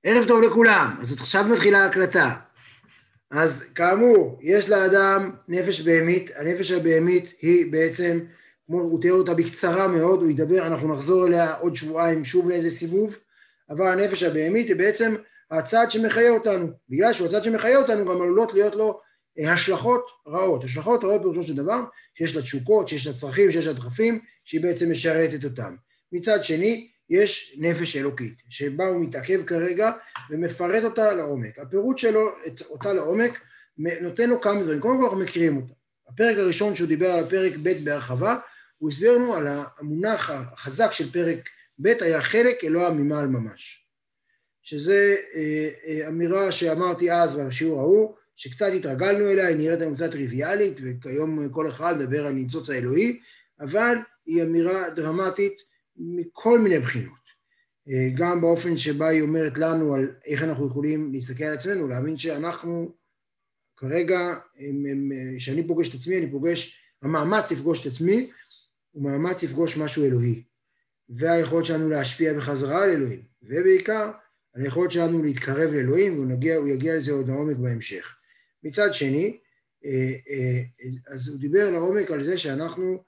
ערב טוב לכולם, אז עכשיו מתחילה ההקלטה. אז כאמור, יש לאדם נפש בהמית, הנפש הבהמית היא בעצם, כמו הוא תיאר אותה בקצרה מאוד, הוא ידבר, אנחנו נחזור אליה עוד שבועיים שוב לאיזה סיבוב, אבל הנפש הבהמית היא בעצם הצד שמחיה אותנו, בגלל שהוא הצד שמחיה אותנו גם עלולות להיות לו השלכות רעות, השלכות רעות פירושו של דבר, שיש לה תשוקות, שיש לה צרכים, שיש לה דחפים, שהיא בעצם משרתת אותם. מצד שני, יש נפש אלוקית, שבה הוא מתעכב כרגע ומפרט אותה לעומק. הפירוט שלו, אותה לעומק, נותן לו כמה דברים. קודם כל אנחנו מכירים אותה. הפרק הראשון שהוא דיבר על פרק ב' בהרחבה, הוא הסביר לנו על המונח החזק של פרק ב' היה חלק אלוה ממעל ממש. שזה אמירה שאמרתי אז בשיעור ההוא, שקצת התרגלנו אליה, היא נראית לנו קצת טריוויאלית, וכיום כל אחד מדבר על ניצוץ האלוהי, אבל היא אמירה דרמטית מכל מיני בחינות. גם באופן שבה היא אומרת לנו על איך אנחנו יכולים להסתכל על עצמנו, להאמין שאנחנו כרגע, כשאני פוגש את עצמי, אני פוגש, המאמץ לפגוש את עצמי, הוא מאמץ לפגוש משהו אלוהי, והיכולת שלנו להשפיע בחזרה על אלוהים, ובעיקר, היכולת שלנו להתקרב לאלוהים, והוא יגיע לזה עוד לעומק בהמשך. מצד שני, אז הוא דיבר לעומק על זה שאנחנו,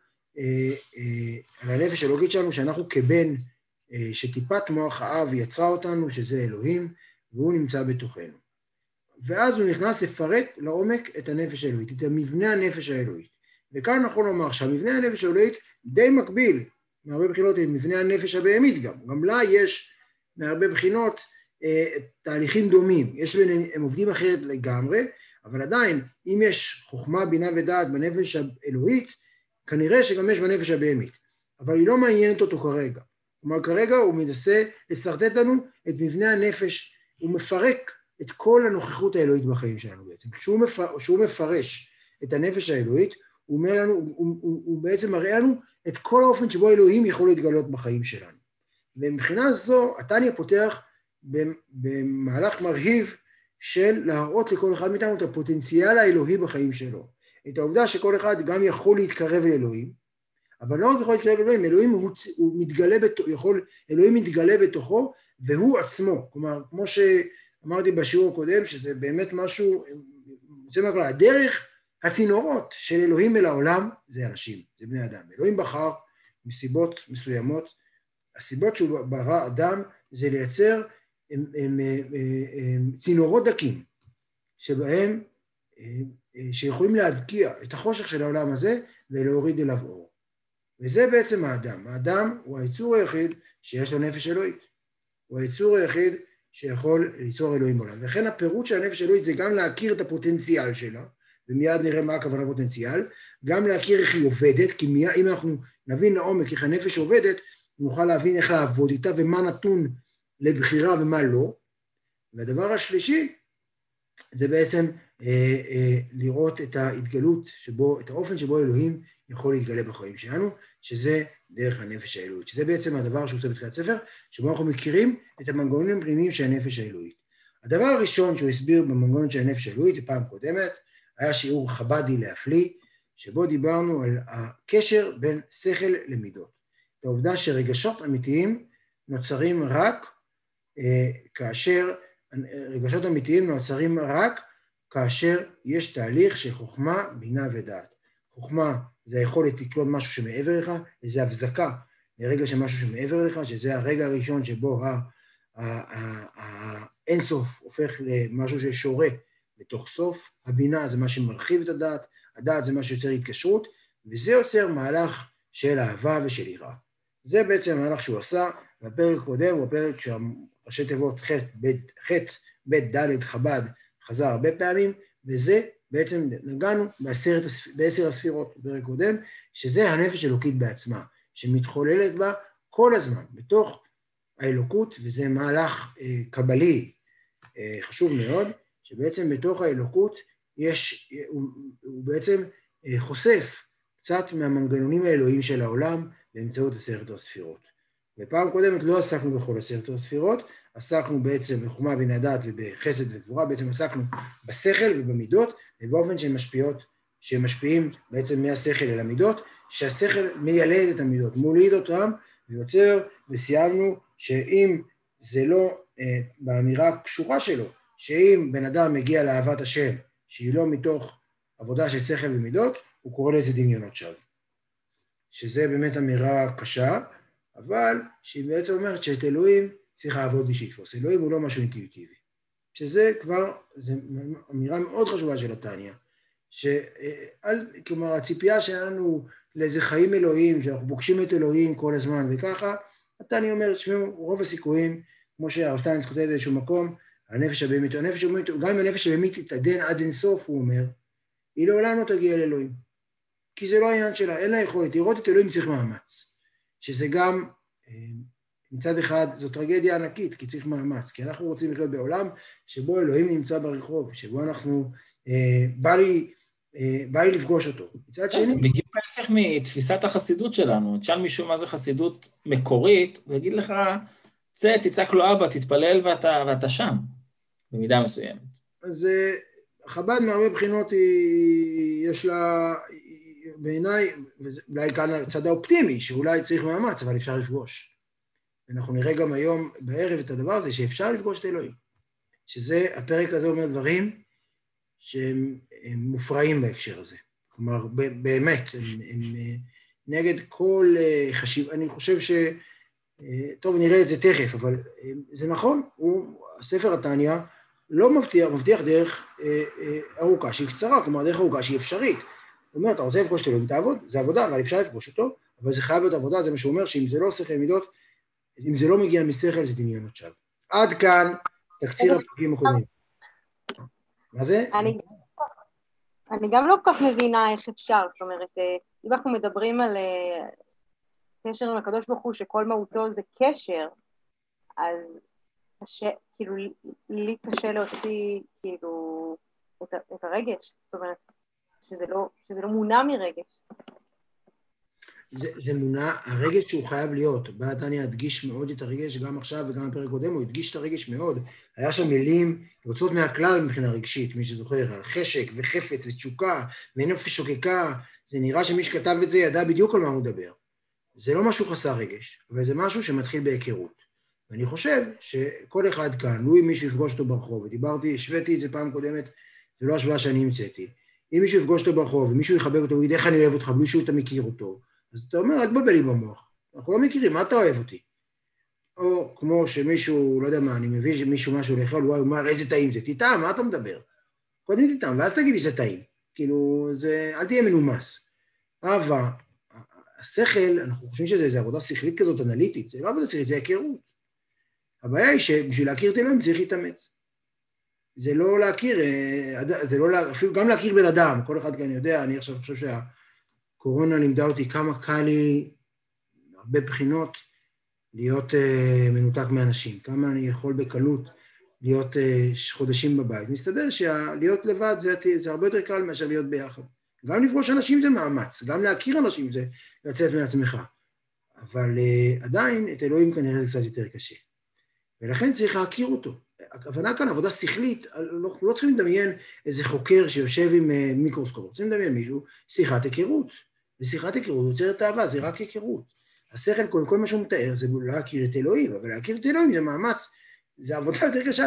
על הנפש האלוקית שלנו, שאנחנו כבן, שטיפת מוח האב יצרה אותנו, שזה אלוהים, והוא נמצא בתוכנו. ואז הוא נכנס לפרט לעומק את הנפש האלוהית, את המבנה הנפש האלוהית. וכאן נכון לומר שהמבנה הנפש האלוהית די מקביל, מהרבה בחינות עם מבנה הנפש הבהמית גם לה יש מהרבה בחינות תהליכים דומים, הם עובדים אחרת לגמרי, אבל עדיין אם יש חוכמה, בינה ודעת בנפש האלוהית, כנראה שגם יש בנפש הבהמית, אבל היא לא מעניינת אותו כרגע. כלומר, כרגע הוא מנסה לסרטט לנו את מבנה הנפש, הוא מפרק את כל הנוכחות האלוהית בחיים שלנו בעצם. כשהוא מפרש את הנפש האלוהית, הוא אומר לנו, הוא בעצם מראה לנו את כל האופן שבו אלוהים יכול להתגלות בחיים שלנו. ומבחינה זו, התניא פותח במהלך מרהיב של להראות לכל אחד מאיתנו את הפוטנציאל האלוהי בחיים שלו. את העובדה שכל אחד גם יכול להתקרב לאלוהים, אבל לא רק יכול להתקרב לאלוהים, אלוהים מתגלה בתוכו, והוא עצמו. כלומר, כמו שאמרתי בשיעור הקודם, שזה באמת משהו, הדרך הצינורות של אלוהים אל העולם, זה אנשים, זה בני אדם. אלוהים בחר מסיבות מסוימות, הסיבות שהוא ברא אדם, זה לייצר צינורות דקים, שבהם, שיכולים להבקיע את החושך של העולם הזה, ולהוריד אליו אור. וזה בעצם האדם. האדם הוא היצור היחיד שיש לו נפש אלוהית. הוא היצור היחיד שיכול ליצור אלוהים בעולם. וכן הפירוט של הנפש האלוהית זה גם להכיר את הפוטנציאל שלה, ומיד נראה מה הכוונה פוטנציאל, גם להכיר איך היא עובדת, כי אם אנחנו נבין לעומק איך הנפש עובדת, נוכל להבין איך לעבוד איתה ומה נתון לבחירה ומה לא. והדבר השלישי זה בעצם לראות את ההתגלות, את האופן שבו אלוהים יכול להתגלה בחיים שלנו, שזה דרך הנפש האלוהית, שזה בעצם הדבר שהוא עושה בתחילת ספר, שבו אנחנו מכירים את המנגנונים הפנימיים של הנפש האלוהית. הדבר הראשון שהוא הסביר במנגנון של הנפש האלוהית, זה פעם קודמת, היה שיעור חבדי להפליא, שבו דיברנו על הקשר בין שכל למידות. את העובדה שרגשות אמיתיים נוצרים רק כאשר יש תהליך של חוכמה, בינה ודעת. חוכמה זה היכולת לקלוט משהו שמעבר לך, וזה הבזקה לרגע של משהו שמעבר לך, שזה הרגע הראשון שבו האינסוף הופך למשהו ששורה בתוך סוף. הבינה זה מה שמרחיב את הדעת, הדעת זה מה שיוצר התקשרות, וזה יוצר מהלך של אהבה ושל יראה. זה בעצם המהלך שהוא עשה, והפרק קודם הוא הפרק שהראשי תיבות ח' ב' ד' חב"ד חזר הרבה פעמים, וזה בעצם נגענו בעשר הספירות בפרק קודם, שזה הנפש אלוקית בעצמה, שמתחוללת בה כל הזמן, בתוך האלוקות, וזה מהלך קבלי חשוב מאוד, שבעצם בתוך האלוקות הוא בעצם חושף קצת מהמנגנונים האלוהיים של העולם, באמצעות עשר הספירות. בפעם קודמת לא עסקנו בכל עשר הספירות, עסקנו בעצם בחוכמה בינה דעת ובחסד וגבורה, בעצם עסקנו בשכל ובמידות, ובאופן שהם משפיעים בעצם מהשכל אל המידות, שהשכל מיילד את המידות, מוליד אותם ויוצר, וסיימנו שאם זה לא באמירה הקשורה שלו, שאם בן אדם מגיע לאהבת השם, שהיא לא מתוך עבודה של שכל ומידות, הוא קורא לזה דמיונות שווא. שזה באמת אמירה קשה, אבל שהיא בעצם אומרת שאת אלוהים צריך לעבוד בשביל לתפוס. אלוהים הוא לא משהו אינטואיטיבי. שזה כבר, זו אמירה מאוד חשובה של התניא, כלומר הציפייה שלנו לאיזה חיים אלוהים, שאנחנו פוגשים את אלוהים כל הזמן וככה, התניא אומר, תשמעו, רוב הסיכויים, כמו שהרב שטיינזלץ כותב באיזשהו מקום, הנפש הבהמית, גם אם הנפש הבהמית תתעדן עד אינסוף, הוא אומר, היא לעולם לא תגיע לאלוהים. כי זה לא העניין שלה, אין לה יכולת, לראות את אלוהים צריך מאמץ. שזה גם, מצד אחד, זו טרגדיה ענקית, כי צריך מאמץ, כי אנחנו רוצים לחיות בעולם שבו אלוהים נמצא ברחוב, שבו אנחנו, בא לי לפגוש אותו. מצד שני... זה בדיוק ההפך מתפיסת החסידות שלנו. תשאל מישהו מה זה חסידות מקורית, ויגיד לך, צא, תצעק לו אבא, תתפלל ואתה שם, במידה מסוימת. אז חב"ד מהרבה בחינות יש לה, בעיניי, אולי כאן הצד האופטימי, שאולי צריך מאמץ, אבל אפשר לפגוש. אנחנו נראה גם היום בערב את הדבר הזה, שאפשר לפגוש את אלוהים. שזה, הפרק הזה אומר דברים שהם מופרעים בהקשר הזה. כלומר, באמת, הם נגד כל חשיב, אני חושב טוב, נראה את זה תכף, אבל זה נכון, הספר התניא לא מבטיח דרך ארוכה שהיא קצרה, כלומר דרך ארוכה שהיא אפשרית. הוא אומר, אתה רוצה לפגוש את אלוהים, תעבוד, זה עבודה, אבל אפשר לפגוש אותו, אבל זה חייב להיות עבודה, זה מה שהוא אומר, שאם זה לא שכל מידות, אם זה לא מגיע משכל, זה דמיונות שווא. עד כאן, תקציר הפרקים הקודמים. מה זה? אני גם לא כל כך מבינה איך אפשר, זאת אומרת, אם אנחנו מדברים על קשר עם הקדוש ברוך הוא, שכל מהותו זה קשר, אז כאילו, לי קשה להוציא כאילו את הרגש, זאת אומרת, שזה לא מונע מרגש. זה מונע, הרגש שהוא חייב להיות, בא התניא הדגיש מאוד את הרגש, גם עכשיו וגם בפרק קודם, הוא הדגיש את הרגש מאוד, היה שם מילים יוצאות מהכלל מבחינה רגשית, מי שזוכר, חשק וחפץ ותשוקה ונפש שוקקה, זה נראה שמי שכתב את זה ידע בדיוק על מה הוא מדבר. זה לא משהו חסר רגש, אבל זה משהו שמתחיל בהיכרות. ואני חושב שכל אחד כאן, לו אם מישהו יפגוש אותו ברחוב, השוויתי את זה פעם קודמת, זה לא השוואה שאני המצאתי, אם מישהו יפגוש אותו ברחוב ומישהו יחבק אותו ויגיד איך אני אוהב אותך בלי שהוא אתה מכיר אותו, אז אתה אומר, את בלבל לי במוח, אנחנו לא מכירים, מה אתה אוהב אותי? או כמו שמישהו, לא יודע מה, אני מבין שמישהו משהו לאכול, הוא אומר, איזה טעים זה, תטעם, מה אתה מדבר? קודם תטעם, ואז תגידי שזה טעים, כאילו, אל תהיה מנומס. אבל השכל, אנחנו חושבים שזה איזו עבודה שכלית כזאת אנליטית, זה לא עבודה שכלית, זה היכרות. הבעיה היא שבשביל להכיר את אלוהים צריך להתאמץ. זה לא להכיר, אפילו גם להכיר בן אדם, כל אחד כאן יודע, אני עכשיו חושב שהקורונה לימדה אותי כמה קל לי, הרבה בחינות, להיות מנותק מאנשים, כמה אני יכול בקלות להיות חודשים בבית. מסתבר שלהיות לבד זה הרבה יותר קל מאשר להיות ביחד. גם לפגוש אנשים זה מאמץ, גם להכיר אנשים זה לצאת מעצמך. אבל עדיין את אלוהים כנראה זה קצת יותר קשה. ולכן צריך להכיר אותו. הכוונה כאן עבודה שכלית, לא צריכים לדמיין איזה חוקר שיושב עם מיקרוסקופ, צריכים לדמיין מישהו, שיחת היכרות. ושיחת היכרות יוצרת אהבה, זה רק היכרות. השכל, כל מה שהוא מתאר, זה לא להכיר את אלוהים, אבל להכיר את אלוהים זה מאמץ, זה עבודה יותר קשה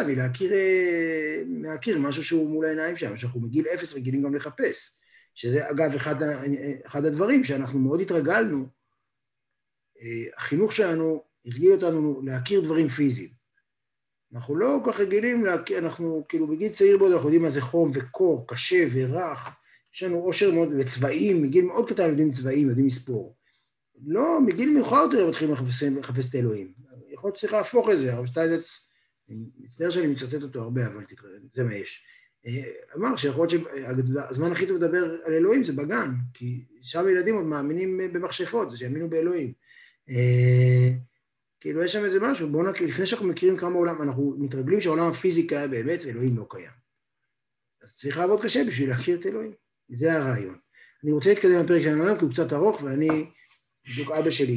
מלהכיר משהו שהוא מול העיניים שם, שאנחנו מגיל 0 רגילים גם לחפש. שזה אגב אחד הדברים שאנחנו מאוד התרגלנו, החינוך שלנו הרגיל אותנו להכיר דברים פיזיים. אנחנו לא כל כך רגילים להכיר, אנחנו כאילו בגיל צעיר מאוד, אנחנו יודעים מה זה חום וקור, קשה ורך, יש לנו עושר מאוד, וצבעים, מגיל מאוד קטן יודעים צבעים, יודעים מספור. לא, מגיל מאוחר יותר מתחילים לחפש את האלוהים. יכול להיות שצריך להפוך את זה, הרב שטיינזלץ, אני מצטער שאני מצטט אותו הרבה, אבל זה מה יש. אמר שיכול להיות שהזמן הכי טוב לדבר על אלוהים זה בגן, כי שם ילדים עוד מאמינים במכשפות, זה שיאמינו באלוהים. כאילו יש שם איזה משהו, בואו נקריא, לפני שאנחנו מכירים כמה עולם, אנחנו מתרגלים שהעולם הפיזי קיים באמת, ואלוהים לא קיים. אז צריך לעבוד קשה בשביל להכיר את אלוהים. זה הרעיון. אני רוצה להתקדם בפרק שלנו היום, כי הוא קצת ארוך, ואני, בדיוק אבא שלי,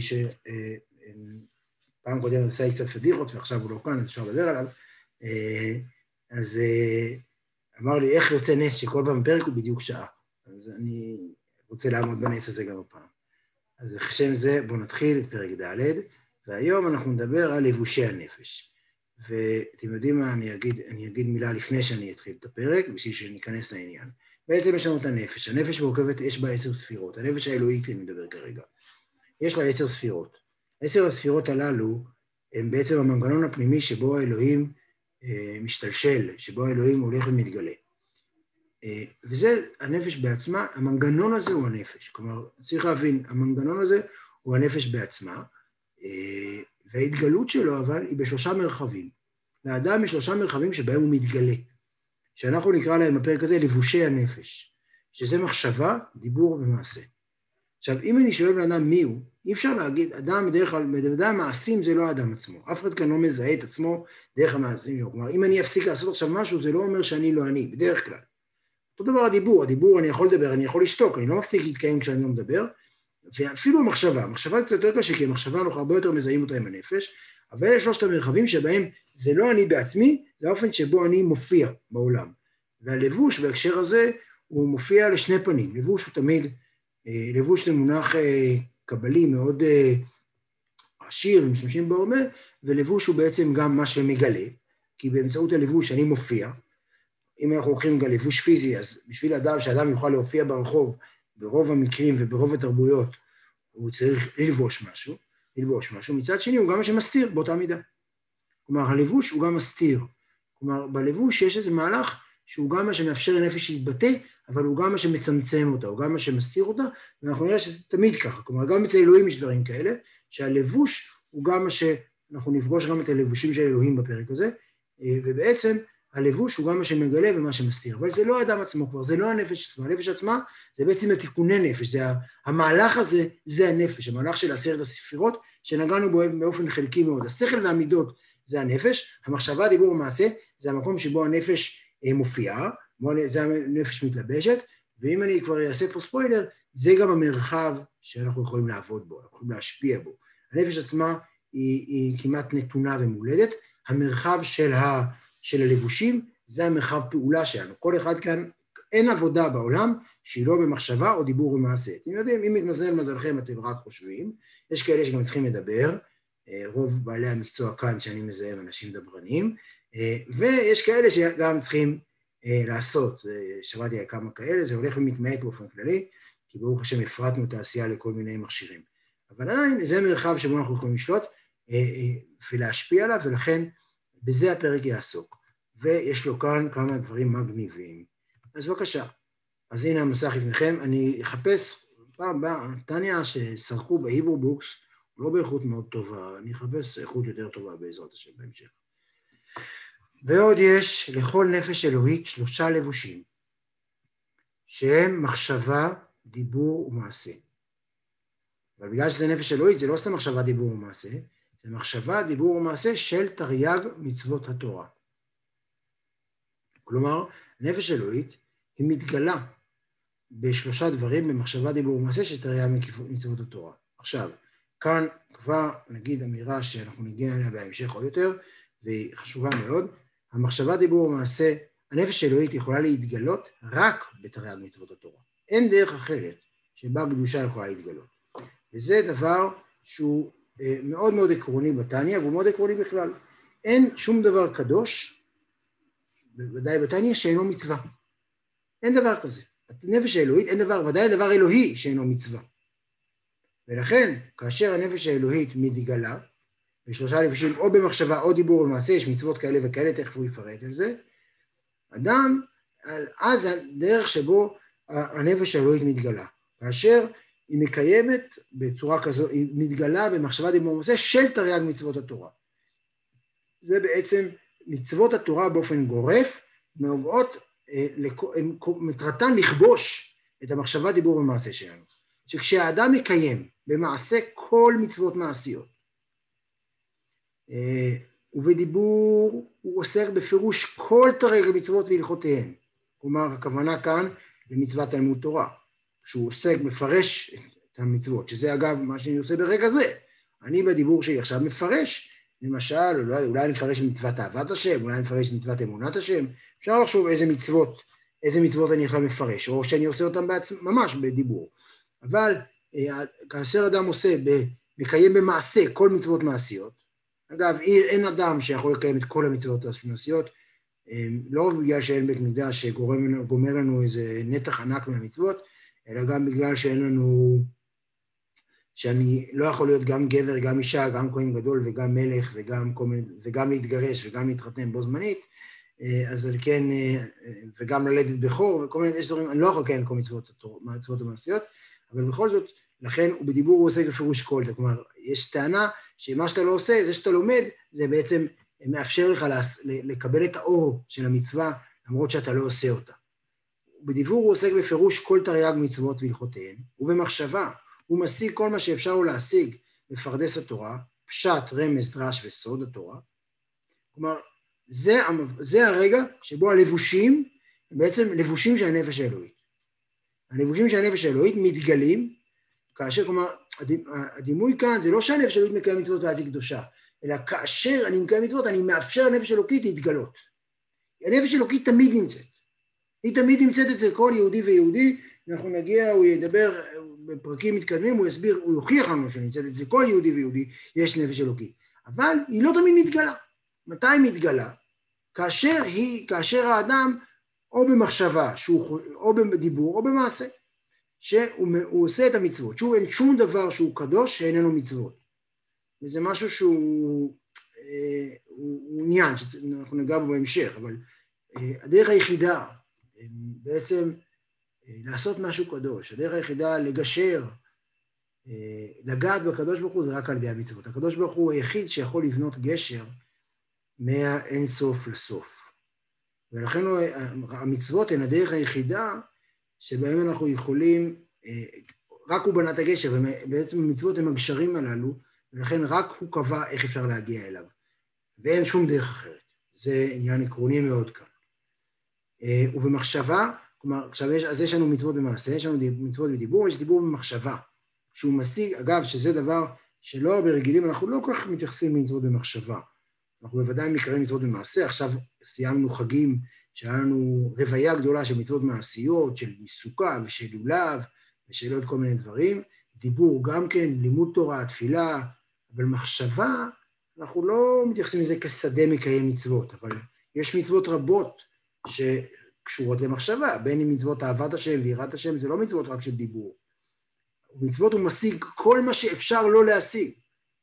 שפעם קודמת עשה לי קצת פדיחות, ועכשיו הוא לא כאן, אז אפשר לדבר עליו, אז אמר לי, איך יוצא נס שכל פעם בפרק הוא בדיוק שעה. אז אני רוצה לעמוד בנס הזה גם הפעם. אז בשם זה, בואו נתחיל את פרק ד', והיום אנחנו נדבר על לבושי הנפש. ואתם יודעים מה, אני אגיד מילה לפני שאני אתחיל את הפרק, בשביל שניכנס לעניין. בעצם יש לנו את הנפש. הנפש מורכבת, יש בה 10 ספירות. הנפש האלוהית, אני מדבר כרגע. יש לה 10 ספירות. 10 הספירות הללו, הם בעצם המנגנון הפנימי שבו האלוהים משתלשל, שבו האלוהים הולך ומתגלה. וזה הנפש בעצמה, המנגנון הזה הוא הנפש. כלומר, צריך להבין, המנגנון הזה הוא הנפש בעצמה, וההתגלות שלו אבל היא ב3 מרחבים. לאדם יש 3 מרחבים שבהם הוא מתגלה, שאנחנו נקרא להם בפרק הזה לבושי הנפש, שזה מחשבה, דיבור ומעשה. עכשיו, אם אני שואל לאדם מי הוא, אי אפשר להגיד, אדם בדרך כלל, בדרך המעשים זה לא האדם עצמו, אף אחד כאן לא מזהה את עצמו דרך המעשים. כלומר, אם אני אפסיק לעשות עכשיו משהו, זה לא אומר שאני לא אני, בדרך כלל. אותו דבר הדיבור אני יכול לדבר, אני יכול לשתוק, אני לא מפסיק להתקיים כשאני לא מדבר, ואפילו המחשבה זה קצת יותר קשה, כי המחשבה אנחנו הרבה יותר מזהים אותה עם הנפש, אבל אלה 3 המרחבים שבהם זה לא אני בעצמי, זה האופן שבו אני מופיע בעולם. והלבוש בהקשר הזה הוא מופיע לשני פנים. לבוש הוא תמיד, לבוש זה מונח קבלי מאוד עשיר ומשתמשים בו הרבה, ולבוש הוא בעצם גם מה שמגלה, כי באמצעות הלבוש אני מופיע. אם אנחנו לוקחים גם לבוש פיזי, אז בשביל שאדם יוכל להופיע ברחוב, ברוב המקרים וברוב התרבויות, הוא צריך ללבוש משהו, מצד שני הוא גם מה שמסתיר באותה מידה. כלומר, הלבוש הוא גם מסתיר. כלומר, בלבוש יש איזה מהלך שהוא גם מה שמאפשר לנפש להתבטא, אבל הוא גם מה שמצמצם אותה, הוא גם מה שמסתיר אותה, ואנחנו נראה שזה תמיד ככה. כלומר, גם אצל אלוהים יש דברים כאלה, שהלבוש הוא גם מה שאנחנו נפגוש גם את הלבושים של אלוהים בפרק הזה, ובעצם הלבוש הוא גם מה שמגלה ומה שמסתיר, אבל זה לא האדם עצמו כבר, זה לא הנפש עצמה, הנפש עצמה זה בעצם התיקוני נפש, המהלך הזה זה הנפש, המהלך של 10 הספירות שנגענו בו באופן חלקי מאוד, השכל והמידות זה הנפש, המחשבה, דיבור ומעשה זה המקום שבו הנפש מופיעה, זה הנפש מתלבשת, ואם אני כבר אעשה פה ספוילר, זה גם המרחב שאנחנו יכולים לעבוד בו, אנחנו יכולים להשפיע בו. הנפש עצמה היא כמעט נתונה ומולדת, המרחב של הלבושים, זה המרחב פעולה שלנו. כל אחד כאן, אין עבודה בעולם שהיא לא במחשבה או דיבור ומעשה. אתם יודעים, אם מתמזל מזלכם, אתם רק חושבים, יש כאלה שגם צריכים לדבר, רוב בעלי המקצוע כאן שאני מזהה אנשים דברנים, ויש כאלה שגם צריכים לעשות, שמעתי על כמה כאלה, זה הולך ומתמעט באופן כללי, כי ברוך השם הפרטנו את העשייה לכל מיני מכשירים. אבל עדיין זה מרחב שבו אנחנו יכולים לשלוט ולהשפיע עליו, ולכן בזה הפרק יעסוק. ויש לו כאן כמה דברים מגניבים. אז בבקשה. אז הנה המסך לפניכם, אני אחפש פעם טניה שסרקו בהיברו בוקס, לא באיכות מאוד טובה, אני אחפש איכות יותר טובה בעזרת השם בהמשך. ועוד יש לכל נפש אלוהית 3 לבושים, שהם מחשבה, דיבור ומעשה. אבל בגלל שזה נפש אלוהית, זה לא סתם מחשבה, דיבור ומעשה, זה מחשבה, דיבור ומעשה של תרי"ג מצוות התורה. כלומר, נפש אלוהית היא מתגלה ב3 דברים, במחשבה, דיבור ומעשה של תרי"ג מצוות התורה. עכשיו, כאן כבר נגיד אמירה שאנחנו נגיע אליה בהמשך עוד יותר, והיא חשובה מאוד, המחשבה, דיבור ומעשה, הנפש האלוהית יכולה להתגלות רק בתרי"ג מצוות התורה. אין דרך אחרת שבה קדושה יכולה להתגלות. וזה דבר שהוא מאוד מאוד עקרוני בתניא, והוא מאוד עקרוני בכלל. אין שום דבר קדוש, בוודאי בתניא, שאינו מצווה. אין דבר כזה. הנפש האלוהית, אין דבר, ודאי דבר אלוהי שאינו מצווה. ולכן, כאשר הנפש האלוהית מתגלה, ב3 לבושים, או במחשבה, או דיבור ומעשה, יש מצוות כאלה וכאלה, תכף הוא יפרט על זה, אדם, אז הדרך שבו הנפש האלוהית מתגלה. כאשר היא מקיימת בצורה כזו, היא מתגלה במחשבה, דיבור ומעשה, של תרי"ג מצוות התורה. זה בעצם מצוות התורה באופן גורף, נוגעות, מטרתן לכבוש את המחשבה, דיבור ומעשה שלנו. שכשהאדם מקיים במעשה כל מצוות מעשיות, ובדיבור הוא עוסק בפירוש כל תרי"ג מצוות והלכותיהן. כלומר, הכוונה כאן למצוות תלמוד תורה, שהוא עוסק, מפרש את המצוות, שזה אגב מה שאני עושה ברגע זה. אני בדיבור שלי עכשיו מפרש, למשל, אולי אני מפרש מצוות אהבת השם, אולי אני מפרש מצוות אמונת השם, אפשר לחשוב איזה מצוות אני יכול מפרש, או שאני עושה אותם ממש בדיבור. אבל כאשר אדם עושה, מקיים במעשה כל מצוות מעשיות, אגב, אין אדם שיכול לקיים את כל המצוות המעשיות, לא רק בגלל שאין בית מקדש שגומר לנו איזה נתח ענק מהמצוות, אלא גם בגלל שאני לא יכול להיות גם גבר, גם אישה, גם כהן גדול וגם מלך וגם להתגרש וגם להתחתן בו זמנית, אז כן, וגם ללדת בכור וכל מיני דברים, אני לא יכול לקיים כל מצוות המעשיות, אבל בכל זאת, לכן בדיבור הוא עוסק בפירוש כל, כלומר, יש טענה שמה שאתה לא עושה, זה שאתה לומד, זה בעצם מאפשר לך לקבל את האור של המצווה, למרות שאתה לא עושה אותה. בדיבור הוא עוסק בפירוש כל תרי"ג מצוות והלכותיהן, ובמחשבה הוא משיג כל מה שאפשר לו להשיג בפרדס התורה, פשט, רמז, דרש וסוד התורה. כלומר, זה הרגע שבו הלבושים, הם בעצם לבושים של הנפש האלוהית. הלבושים של הנפש האלוהית מתגלים, כאשר, כלומר, הדימוי כאן זה לא שהנפש האלוהית מקיים מצוות ואז היא קדושה, אלא כאשר אני מקיים מצוות, אני מאפשר לנפש האלוקית להתגלות. הנפש האלוקית תמיד נמצאת. היא תמיד נמצאת אצל כל יהודי ויהודי, אנחנו נגיע, הוא ידבר בפרקים מתקדמים, הוא יסביר, הוא יוכיח לנו שנמצאת אצל כל יהודי ויהודי, יש נפש אלוקית. אבל היא לא תמיד מתגלה. מתי היא מתגלה? כאשר האדם, או במחשבה, או בדיבור, או במעשה, שהוא עושה את המצוות, שהוא אין שום דבר שהוא קדוש שאיננו מצוות. וזה משהו שהוא עניין, שאנחנו ניגע בו בהמשך, אבל הדרך היחידה, בעצם לעשות משהו קדוש, הדרך היחידה לגשר, לגעת בקדוש ברוך הוא, זה רק על ידי המצוות. הקדוש ברוך הוא היחיד שיכול לבנות גשר מהאין סוף לסוף. ולכן המצוות הן הדרך היחידה שבהם אנחנו יכולים, רק הוא בנה את הגשר, ובעצם המצוות הם הגשרים הללו, ולכן רק הוא קבע איך אפשר להגיע אליו. ואין שום דרך אחרת. זה עניין עקרוני מאוד כאן. ובמחשבה, כלומר, אז יש לנו מצוות במעשה, יש לנו מצוות בדיבור, יש דיבור במחשבה, שהוא משיג, אגב, שזה דבר שלא הרבה רגילים, אנחנו לא כל כך מתייחסים למצוות במחשבה. אנחנו בוודאי מקראים מצוות במעשה, עכשיו סיימנו חגים, שהיה לנו רוויה גדולה של מצוות מעשיות, של סוכה ושל לולב, ושל עוד כל מיני דברים, דיבור גם כן, לימוד תורה, תפילה, אבל מחשבה, אנחנו לא מתייחסים לזה כשדה מקיים מצוות, אבל יש מצוות רבות שקשורות למחשבה, בין אם מצוות אהבת השם ויראת השם, זה לא מצוות רק של דיבור. מצוות הוא משיג כל מה שאפשר לא להשיג.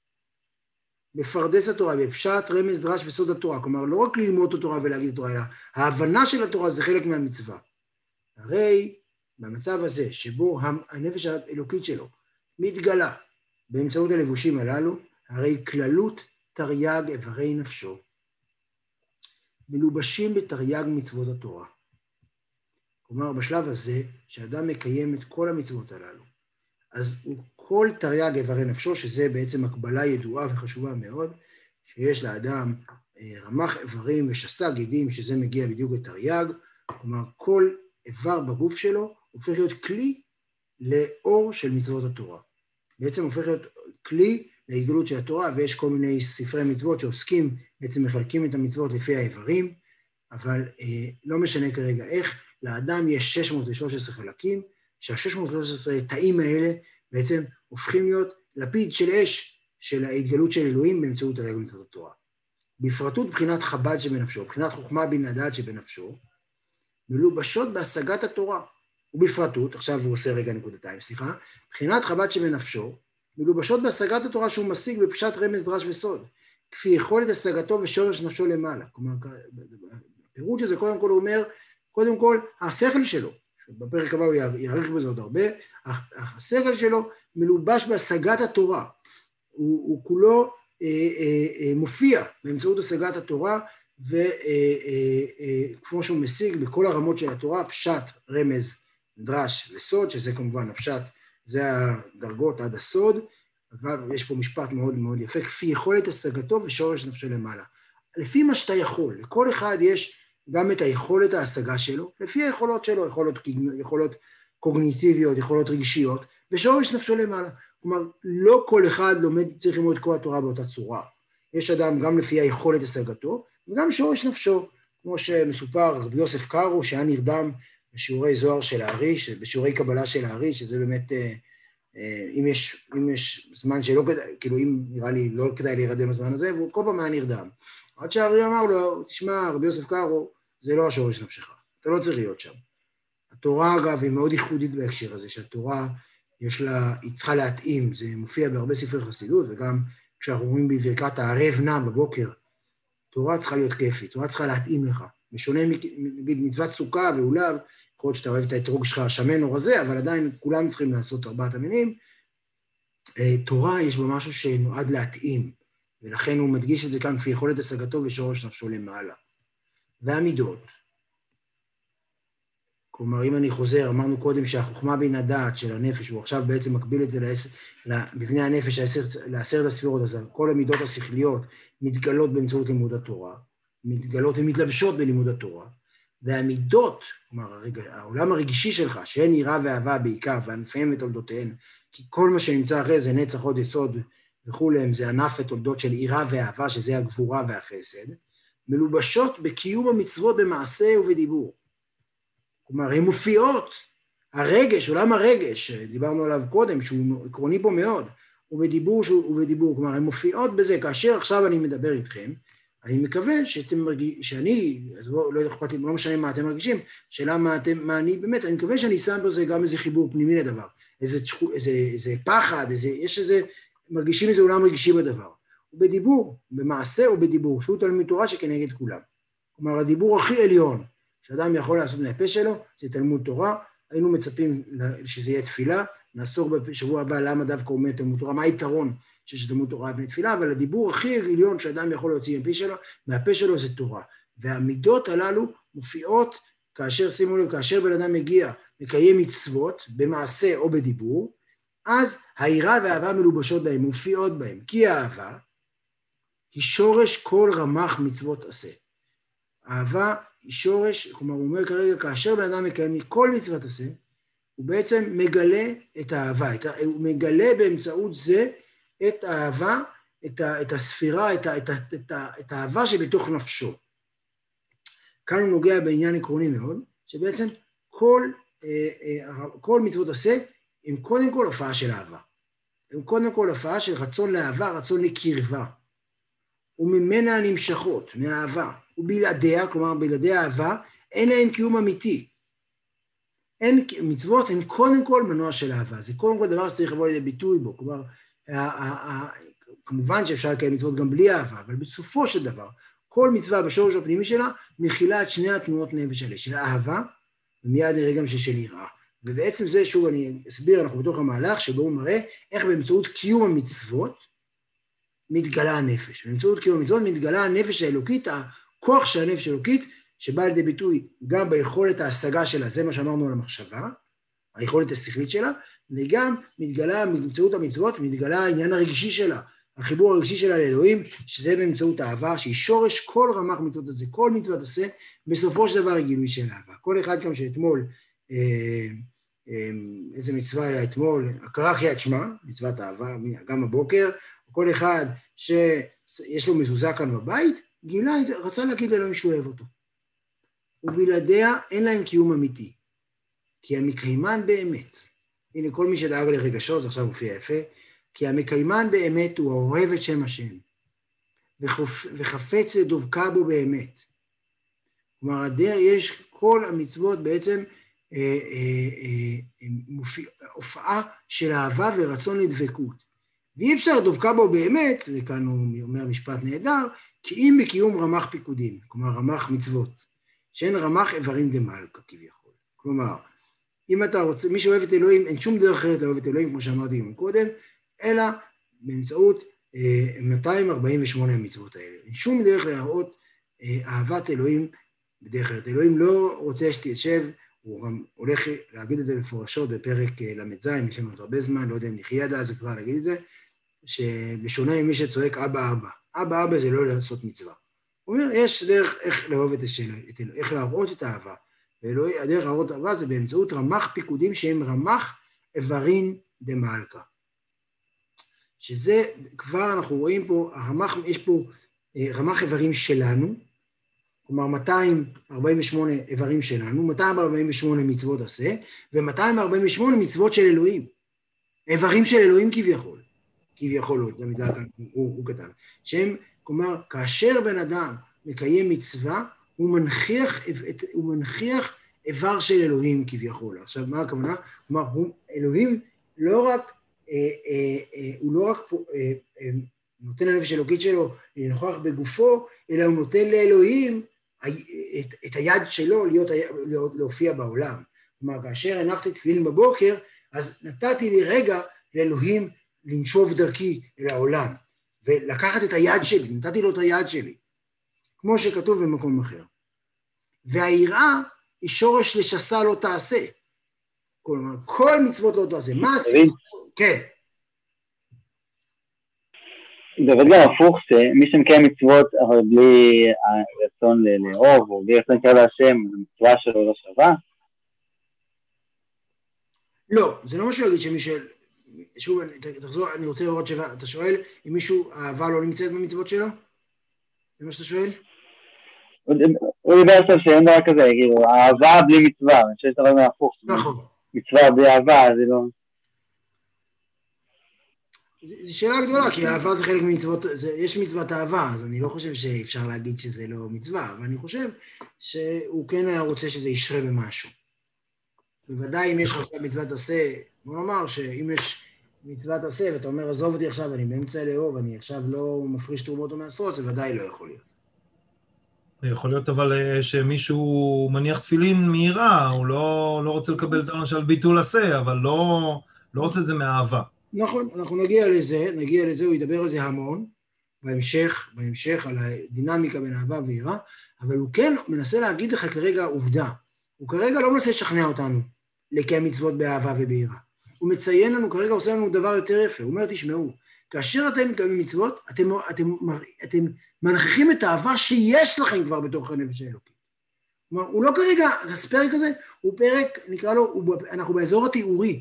בפרדס התורה, בפשט, רמז, דרש וסוד התורה, כלומר לא רק ללמוד את התורה ולהגיד את התורה, אלא ההבנה של התורה זה חלק מהמצווה. הרי במצב הזה, שבו הנפש האלוקית שלו מתגלה באמצעות הלבושים הללו, הרי כללות תרי"ג איברי נפשו, מלובשים בתרי"ג מצוות התורה. כלומר, בשלב הזה, שאדם מקיים את כל המצוות הללו, אז הוא כל תרי"ג איברי נפשו, שזה בעצם הקבלה ידועה וחשובה מאוד, שיש לאדם רמ"ח איברים ושס"ה גידים, שזה מגיע בדיוק לתרי"ג, כלומר, כל איבר בגוף שלו הופך להיות כלי לאור של מצוות התורה. בעצם הופך להיות כלי להתגלות של התורה, ויש כל מיני ספרי מצוות שעוסקים, בעצם מחלקים את המצוות לפי האיברים, אבל לא משנה כרגע איך, לאדם יש 613 חלקים, שה-613 תאים האלה בעצם הופכים להיות לפיד של אש של ההתגלות של אלוהים באמצעות תרי"ג מצוות התורה. בפרטות בחינת חב"ד שבנפשו, בחינת חוכמה בן הדעת שבנפשו, מלובשות בהשגת התורה. ובפרטות, עכשיו הוא עושה רגע נקודתיים, סליחה, בחינת חב"ד שבנפשו, מלובשות בהשגת התורה שהוא משיג בפשט רמז דרש וסוד, כפי יכולת השגתו ושורש נפשו למעלה. כלומר, הפירוט שזה קודם כל הוא אומר, קודם כל, השכל שלו, בפרק הבא הוא יאריך בזה עוד הרבה, השכל שלו מלובש בהשגת התורה, הוא כולו מופיע באמצעות השגת התורה, וכמו שהוא משיג בכל הרמות של התורה, פשט, רמז, דרש וסוד, שזה כמובן הפשט, זה הדרגות עד הסוד, אבל יש פה משפט מאוד מאוד יפה, כפי יכולת השגתו ושורש נפשו למעלה. לפי מה שאתה יכול, לכל אחד יש גם את היכולת ההשגה שלו, לפי היכולות שלו, יכולות קוגניטיביות, יכולות רגשיות, ושורש נפשו למעלה. כלומר, לא כל אחד צריך ללמוד את כל התורה באותה צורה. יש אדם גם לפי היכולת השגתו, וגם שורש נפשו, כמו שמסופר, רבי יוסף קארו, שהיה נרדם בשיעורי זוהר של האריש, בשיעורי קבלה של האריש, שזה באמת אם יש זמן שלא כדאי, כאילו אם נראה לי לא כדאי להירדם בזמן הזה, והוא כל פעם היה נרדם. עד שהארי אמר לו, תשמע, רבי יוסף קארו, זה לא השורש נפשך, אתה לא צריך להיות שם. התורה, אגב, היא מאוד ייחודית בהקשר הזה, שהתורה היא צריכה להתאים, זה מופיע בהרבה ספרי חסידות, וגם כשאנחנו רואים בברכת הערב נע בבוקר, תורה צריכה להיות כיפית, תורה צריכה להתאים לך. משונה נגיד מצוות סוכה ואולב, יכול להיות שאתה אוהב את האתרוג שלך שמן או רזה, אבל עדיין כולם צריכים לעשות 4 המינים. תורה יש בה משהו שנועד להתאים, ולכן הוא מדגיש את זה כאן כפי יכולת השגתו ושורש נפשו למעלה. והמידות. כלומר, אם אני חוזר, אמרנו קודם שהחוכמה בין הדעת של הנפש, הוא עכשיו בעצם מקביל את זה לבני הנפש, ל10 הספירות, אז כל המידות השכליות מתגלות באמצעות לימוד התורה, מתגלות ומתלבשות בלימוד התורה, והמידות, כלומר, העולם הרגשי שלך, שהן יראה ואהבה בעיקר, וענפיהם ותולדותיהן, כי כל מה שנמצא אחרי זה נצח עוד יסוד וכולי, זה ענף ותולדות של יראה ואהבה, שזה הגבורה והחסד, מלובשות בקיום המצוות במעשה ובדיבור. כלומר, הן מופיעות, הרגש, עולם הרגש, שדיברנו עליו קודם, שהוא עקרוני פה מאוד, ובדיבור, כלומר, הן מופיעות בזה, כאשר עכשיו אני מדבר איתכם, אני מקווה שאתם מרגישים, שאני, לא אכפת לי, לא משנה מה אתם מרגישים, שאלה מה אני באמת, אני מקווה שאני שם בזה גם איזה חיבור פנימי לדבר, איזה פחד, יש איזה, מרגישים איזה עולם רגישי בדבר. ובדיבור, במעשה ובדיבור, שהוא תלמוד תורה שכנגד כולם. כלומר, הדיבור הכי עליון, שאדם יכול לעשות מהפה שלו, זה תלמוד תורה, היינו מצפים שזה יהיה תפילה, נעסוק בשבוע הבא למה דווקא אומר תלמוד תורה, מה היתרון שיש תלמוד תורה בפני תפילה, אבל הדיבור הכי עליון שאדם יכול להוציא מהפה שלו זה תורה. והמידות הללו מופיעות כאשר, שימו לב, כאשר בן אדם מגיע לקיים מצוות במעשה או בדיבור, אז היראה והאהבה מלובשות בהם, מופיעות בהם, כי האהבה היא שורש כל רמ"ח מצוות עשה. אהבה היא שורש, כלומר הוא אומר כרגע, כאשר בן אדם מקיים מכל מצוות עשה, הוא בעצם מגלה את האהבה, הוא מגלה באמצעות זה את האהבה, את הספירה, את האהבה שבתוך נפשו. כאן הוא נוגע בעניין עקרוני מאוד, שבעצם כל מצוות עשה, הם קודם כל הופעה של אהבה. הם קודם כל הופעה של רצון לאהבה, רצון לקרבה. וממנה נמשכות, מהאהבה. ובלעדיה, כלומר בלעדי האהבה, אין להם קיום אמיתי. מצוות הן קודם כל מנוע של אהבה. זה קודם כל דבר שצריך לבוא לידי ביטוי בו. כלומר, כמובן שאפשר לקיים מצוות גם בלי אהבה, אבל בסופו של דבר, כל מצווה בשורש הפנימי שלה, מכילה את שני התנועות נפש האלה, של אהבה, ומיד נראה גם של יראה. ובעצם זה, שוב אני אסביר, אנחנו בתוך המהלך, שבו הוא מראה איך באמצעות קיום המצוות, מתגלה הנפש. באמצעות קיום המצוות מתגלה הנפש האלוקית, הכוח של הנפש האלוקית, שבא לידי ביטוי גם ביכולת ההשגה שלה, זה מה שאמרנו על המחשבה, היכולת השכלית שלה, וגם מתגלה באמצעות המצוות, מתגלה העניין הרגשי שלה, החיבור הרגשי שלה לאלוהים, שזה באמצעות האהבה, שהיא שורש כל רמ"ח מצוות הזה, כל מצוות עשה, בסופו של דבר הגילוי של האהבה. כל אחד גם שאתמול, איזה מצווה היה אתמול, הקרא קריאת שמע, מצוות אהבה, גם הבוקר, כל אחד שיש לו מזוזה כאן בבית, גילה, רצה להגיד לאלוהים שהוא אוהב אותו. ובלעדיה אין להם קיום אמיתי, כי המקיימן באמת, הנה כל מי שדאג לרגשות, זה עכשיו מופיע יפה, כי המקיימן באמת הוא האוהב את שם השם, וחפץ לדבקה בו באמת. כלומר, יש כל המצוות בעצם הופעה של אהבה ורצון לדבקות. ואי אפשר דבקה בו באמת, וכאן הוא אומר משפט נהדר, כי אם בקיום רמ"ח פיקודין, כלומר רמ"ח מצוות, שאין רמ"ח איברים דמלכה כביכול. כלומר, אם אתה רוצה, מי שאוהב את אלוהים, אין שום דרך אחרת לאהוב את אלוהים, כמו שאמרתי גם קודם, אלא באמצעות 248 המצוות האלה. אין שום דרך להראות אהבת אלוהים בדרך אחרת. אלוהים לא רוצה שתשב, הוא גם הולך להגיד את זה מפורשות בפרק למ"ז, יש לנו עוד הרבה זמן, לא יודע אם נחיה עד אז כבר להגיד את זה, שבשונה ממי שצועק אבא אבא. אבא אבא זה לא לעשות מצווה. הוא אומר, יש דרך איך לאהוב את אלוהים, איך להראות את האהבה. והדרך להראות אהבה זה באמצעות רמ"ח פיקודים שהם רמ"ח איברים דמלכה. שזה כבר אנחנו רואים פה, יש פה רמ"ח איברים שלנו, כלומר 248 איברים שלנו, 248 מצוות עשה, ו248 מצוות של אלוהים. איברים של אלוהים כביכול, כביכול, הוא כתב, שהם, כלומר, כאשר בן אדם מקיים מצווה, הוא מנכיח איבר של אלוהים כביכול. עכשיו, מה הכוונה? כלומר, אלוהים לא רק, הוא לא רק נותן לנפש אלוקית שלו לנכוח בגופו, אלא הוא נותן לאלוהים את היד שלו להופיע בעולם. כלומר, כאשר הנחתי תפילין בבוקר, אז נתתי לי רגע לאלוהים לנשוב דרכי אל העולם, ולקחת את היד שלי, נתתי לו את היד שלי, כמו שכתוב במקום אחר. והיראה היא שורש לשסה לא תעשה. כלומר, כל מצוות לא תעשה. מה עשית? כן. זה עובד גם הפוך, שמי שמקיים מצוות, אבל בלי רצון לאהוב, או בלי רצון לקרוא להשם, המצווה שלו לא שווה? לא, זה לא משהו להגיד שוב, תחזור, אני רוצה לראות אתה שואל, אם מישהו, האהבה לא נמצאת במצוות שלו? זה מה שאתה שואל? הוא דיבר עכשיו שאין דבר כזה, כאילו, האהבה בלי מצווה, אני חושב שאתה רואה מהפוך. נכון. מצווה בלי אהבה, זה לא... זו שאלה גדולה, כי האהבה זה חלק ממצוות, יש מצוות אהבה, אז אני לא חושב שאפשר להגיד שזה לא מצווה, אבל אני חושב שהוא כן היה רוצה שזה ישרה במשהו. בוודאי אם יש לך מצוות עשה, בוא נאמר שאם יש מצוות עשה, ואתה אומר, עזוב אותי עכשיו, אני באמצע לאהוב, אני עכשיו לא מפריש תרומות או מעשרות, זה ודאי לא יכול להיות. יכול להיות אבל שמישהו מניח תפילין מהירה, הוא לא רוצה לקבל את העונש על ביטול עשה, אבל לא עושה את זה מאהבה. נכון, אנחנו נגיע לזה, הוא ידבר על זה המון, בהמשך על הדינמיקה בין אהבה ויראה, אבל הוא כן מנסה להגיד לך כרגע עובדה, הוא כרגע לא מנסה לשכנע אותנו לקיים מצוות באהבה וביראה, הוא מציין לנו, כרגע עושה לנו דבר יותר יפה, הוא אומר, תשמעו, כאשר אתם מקיימים מצוות, אתם מנכיחים את האהבה שיש לכם כבר בתוך הנפש האלוקית. כלומר, הוא לא כרגע, הפרק הזה, הוא פרק, נקרא לו, אנחנו באזור התיאורי.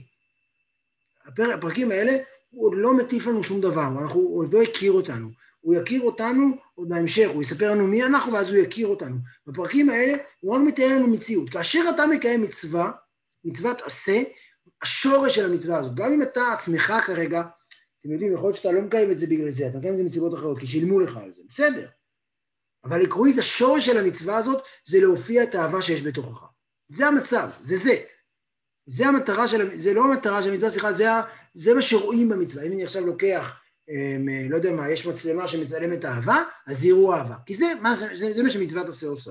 הפרקים האלה, הוא עוד לא מטיף לנו שום דבר, הוא עוד לא הכיר אותנו. הוא יכיר אותנו עוד בהמשך, הוא יספר לנו מי אנחנו, ואז הוא יכיר אותנו. בפרקים האלה, הוא רק מתאר לנו מציאות. כאשר אתה מקיים מצווה, מצוות עשה, השורש של המצווה הזאת, גם אם אתה עצמך כרגע, אתם יודעים, יכול להיות שאתה לא מקיים את זה בגלל זה, אתה מקיים את זה מסיבות אחרות, כי שילמו לך על זה, בסדר. אבל עקרונית, השורש של המצווה הזאת, זה להופיע את האהבה שיש בתוכך. זה המצב, זה. זה המטרה זה לא המטרה של המצווה, סליחה, זה מה שרואים במצווה. אם אני עכשיו לוקח, לא יודע מה, יש מצלמה שמצלמת אהבה, אז יראו אהבה. כי זה מה שמצוות עשה עושה.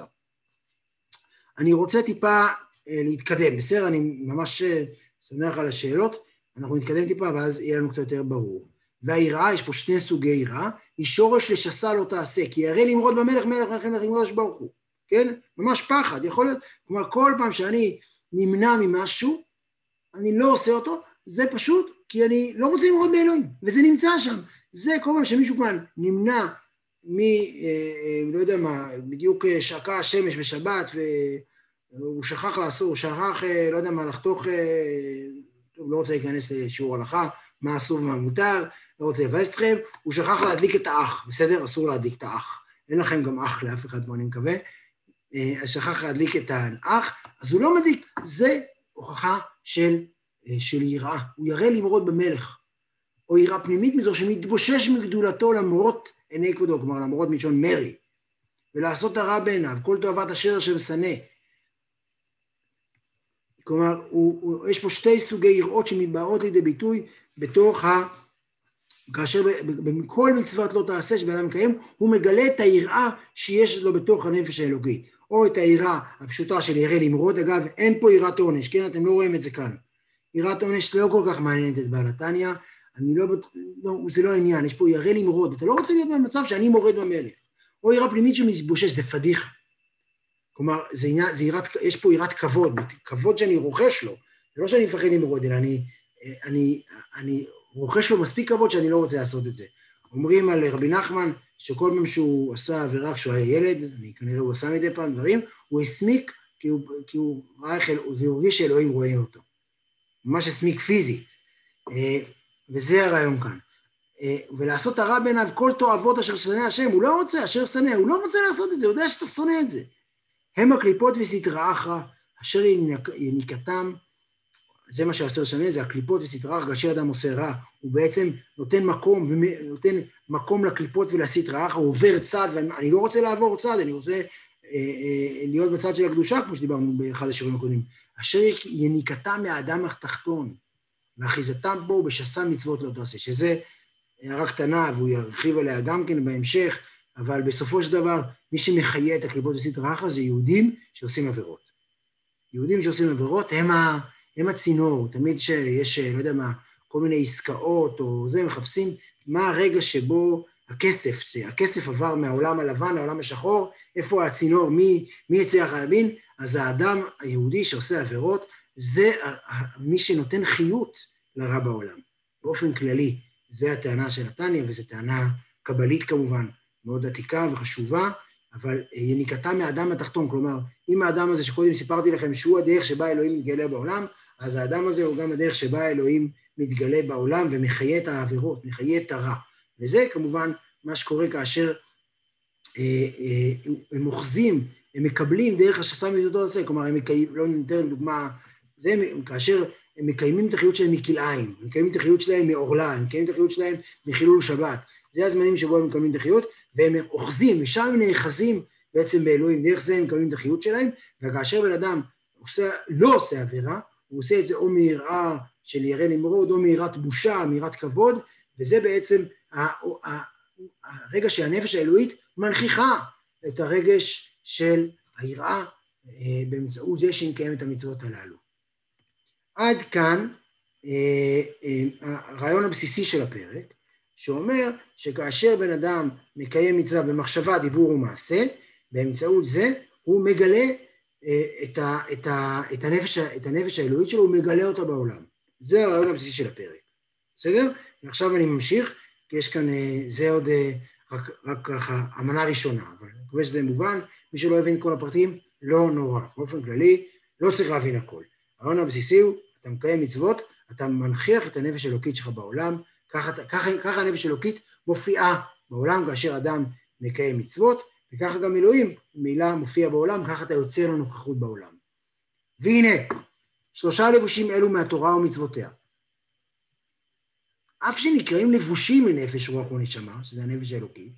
אני רוצה טיפה להתקדם, בסדר? אני ממש שמח על השאלות, אנחנו נתקדם טיפה, ואז יהיה לנו קצת יותר ברור. והיראה, יש פה שני סוגי יראה, היא שורש לשסה לא תעשה, כי ירא למרוד במלך, מלך מלכים מלכים מלך ברוך הוא, כן? ממש פחד, יכול להיות, כלומר, כל פעם שאני נמנע ממשהו, אני לא עושה אותו, זה פשוט, כי אני לא רוצה למרוד באלוהים, וזה נמצא שם. זה כל פעם שמישהו כאן נמנע לא יודע מה, בדיוק שקע השמש בשבת, והוא שכח לעשות, הוא שכח, לא יודע מה, לחתוך, לא רוצה להיכנס לשיעור הלכה, מה אסור ומה מותר, לא רוצה לבאס אתכם, הוא שכח להדליק את האח, בסדר? אסור להדליק את האח. אין לכם גם אח לאף אחד, אני מקווה. אז שכח להדליק את האח, אז הוא לא מדליק, זה הוכחה של יראה. הוא ירא למרוד במלך, או יראה פנימית מזו שמתבושש מגדולתו למרות עיני כבודו, כלומר למרות מלשון מרי, ולעשות הרע בעיניו, כל תועבת אשר שמשנא. כלומר, יש פה שתי סוגי יראות שמתבאות לידי ביטוי בתוך כאשר בכל מצוות לא תעשה שבן אדם מקיים, הוא מגלה את היראה שיש לו בתוך הנפש האלוקית, או את היראה הפשוטה של ירא למרוד. אגב, אין פה יראת עונש, כן? אתם לא רואים את זה כאן. יראת עונש לא כל כך מעניינת את בעל התניא, זה לא העניין, יש פה ירא למרוד, אתה לא רוצה להיות במצב שאני מורד במלך, או יראה פנימית שמתבושש, זה פדיחה. כלומר, יש פה יראת כבוד, כבוד שאני רוכש לו, זה לא שאני מפחד למרוד, אלא אני רוכש לו מספיק כבוד שאני לא רוצה לעשות את זה. אומרים על רבי נחמן, שכל פעם שהוא עשה עבירה כשהוא היה ילד, כנראה הוא עשה מדי פעם דברים, הוא הסמיק, כי הוא הרגיש שאלוהים רואה אותו. ממש הסמיק פיזית. וזה הרעיון כאן. ולעשות הרע בעיניו כל תועבות אשר שונא השם, הוא לא רוצה, אשר שונא, הוא לא רוצה לעשות את זה, הוא יודע שאתה שונא את זה. הם הקליפות וסתרא אחרא, אשר יניקתם, זה מה שעשר שנה, זה הקליפות וסטרא אחרא, כאשר אדם עושה רע, הוא בעצם נותן מקום לקליפות ולסטרא אחרא, הוא עובר צד, ואני לא רוצה לעבור צד, אני רוצה להיות בצד של הקדושה, כמו שדיברנו באחד השיעורים הקודמים, אשר יניקתה מהאדם התחתון, ואחיזתם בו בשס"ה מצוות לא תעשה, שזה הערה קטנה, והוא ירחיב עליה גם כן בהמשך, אבל בסופו של דבר, מי שמחיה את הקליפות וסטרא אחרא זה יהודים שעושים עבירות. יהודים שעושים עבירות הם הצינור, תמיד שיש, לא יודע מה, כל מיני עסקאות או זה, מחפשים מה הרגע שבו הכסף עבר מהעולם הלבן לעולם השחור, איפה הצינור, מי יצליח להבין, אז האדם היהודי שעושה עבירות, זה מי שנותן חיות לרע בעולם, באופן כללי. זה הטענה של התניא, וזו טענה קבלית כמובן, מאוד עתיקה וחשובה, אבל יניקתה מהאדם התחתון, כלומר, אם האדם הזה שקודם סיפרתי לכם שהוא הדרך שבה אלוהים מתגלה בעולם, אז האדם הזה הוא גם הדרך שבה אלוהים מתגלה בעולם ומחיה את העבירות, מחיה את הרע. וזה כמובן מה שקורה כאשר הם אוחזים, הם מקבלים דרך השס"ה מצוות לא תעשה, כלומר, לא ניתן דוגמה, זה כאשר הם מקיימים את החיות שלהם מכלאיים, הם מקיימים את החיות שלהם מעורלה, הם מקיימים את החיות שלהם מחילול שבת. זה הזמנים שבו הם מקיימים את החיות, והם אוחזים, ושם הם נאחזים בעצם באלוהים, דרך זה הם מקיימים את החיות שלהם, וכאשר בן אדם לא עושה עבירה, הוא עושה את זה או מיראה של ירא נמרוד, או מיראת בושה, מיראת כבוד, וזה בעצם הרגע שהנפש האלוהית מנכיחה את הרגש של היראה, באמצעות זה שמקיים את המצוות הללו. עד כאן הרעיון הבסיסי של הפרק, שאומר שכאשר בן אדם מקיים מצווה במחשבה, דיבור ומעשה, באמצעות זה הוא מגלה את הנפש האלוהית שלו, הוא מגלה אותה בעולם. זה הרעיון הבסיסי של הפרק. בסדר? ועכשיו אני ממשיך, כי יש כאן, זה עוד רק ככה, המנה ראשונה, אבל אני מקווה שזה מובן, מי שלא הבין כל הפרטים, לא נורא. באופן כללי, לא צריך להבין הכל. הרעיון הבסיסי הוא, אתה מקיים מצוות, אתה מנכיח את הנפש האלוקית שלך בעולם, ככה הנפש האלוקית מופיעה בעולם, כאשר אדם מקיים מצוות, וככה גם אלוהים, מילה מופיע בעולם, ככה אתה יוצר לנוכחות בעולם. והנה, 3 לבושים אלו מהתורה ומצוותיה. אף שנקראים לבושים מנפש רוח ונשמה, שזה הנפש האלוקית,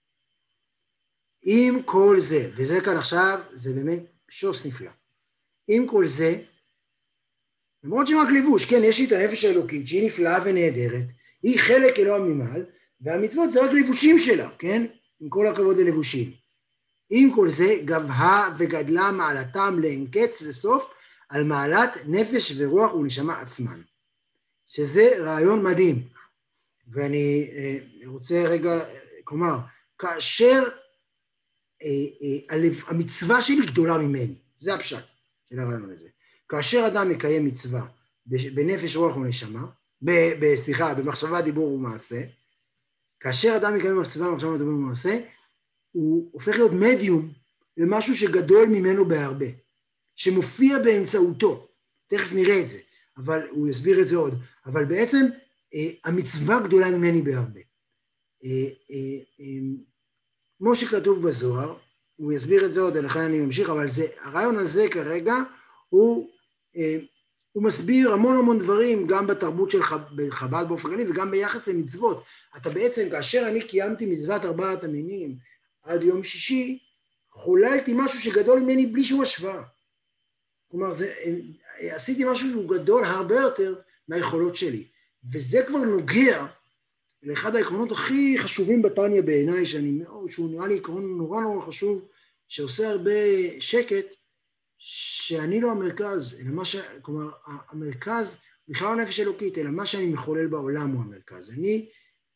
עם כל זה, וזה כאן עכשיו, זה באמת שוס נפלא. עם כל זה, למרות שרק לבוש, כן, יש לי את הנפש האלוקית, שהיא נפלאה ונהדרת, היא חלק אלוה ממעל, והמצוות זה רק לבושים שלה, כן? עם כל הכבוד ללבושים. עם כל זה, גבהה וגדלה מעלתם לאין קץ וסוף, על מעלת נפש ורוח ונשמה עצמן. שזה רעיון מדהים. ואני רוצה רגע, כלומר, כאשר המצווה שלי גדולה ממני, זה הפשט של הרעיון הזה. כאשר אדם מקיים מצווה בנפש רוח ונשמה, במחשבה, דיבור ומעשה, כאשר אדם מקיים מצווה במחשבה, דיבור ומעשה, הוא הופך להיות מדיום למשהו שגדול ממנו בהרבה, שמופיע באמצעותו. תכף נראה את זה, אבל הוא יסביר את זה עוד. אבל בעצם המצווה גדולה ממני בהרבה. כמו שכתוב בזוהר, הוא יסביר את זה עוד, לכן אני ממשיך, אבל הרעיון הזה כרגע הוא מסביר המון דברים, גם בתרבות של חב"ד באופן כללי, וגם ביחס למצוות. אתה בעצם, כאשר אני קיימתי מצוות 4 המינים עד יום שישי, חוללתי משהו שגדול ממני בלי שום השוואה. כלומר, עשיתי משהו שהוא גדול הרבה יותר מהיכולות שלי. וזה כבר נוגע לאחד העקרונות הכי חשובים בתניא בעיניי, שהוא נראה לי עקרון נורא חשוב, שעושה הרבה שקט, שאני לא המרכז, אלא כלומר, המרכז, בכלל לא נפש אלוקית, אלא מה שאני מחולל בעולם הוא המרכז. אני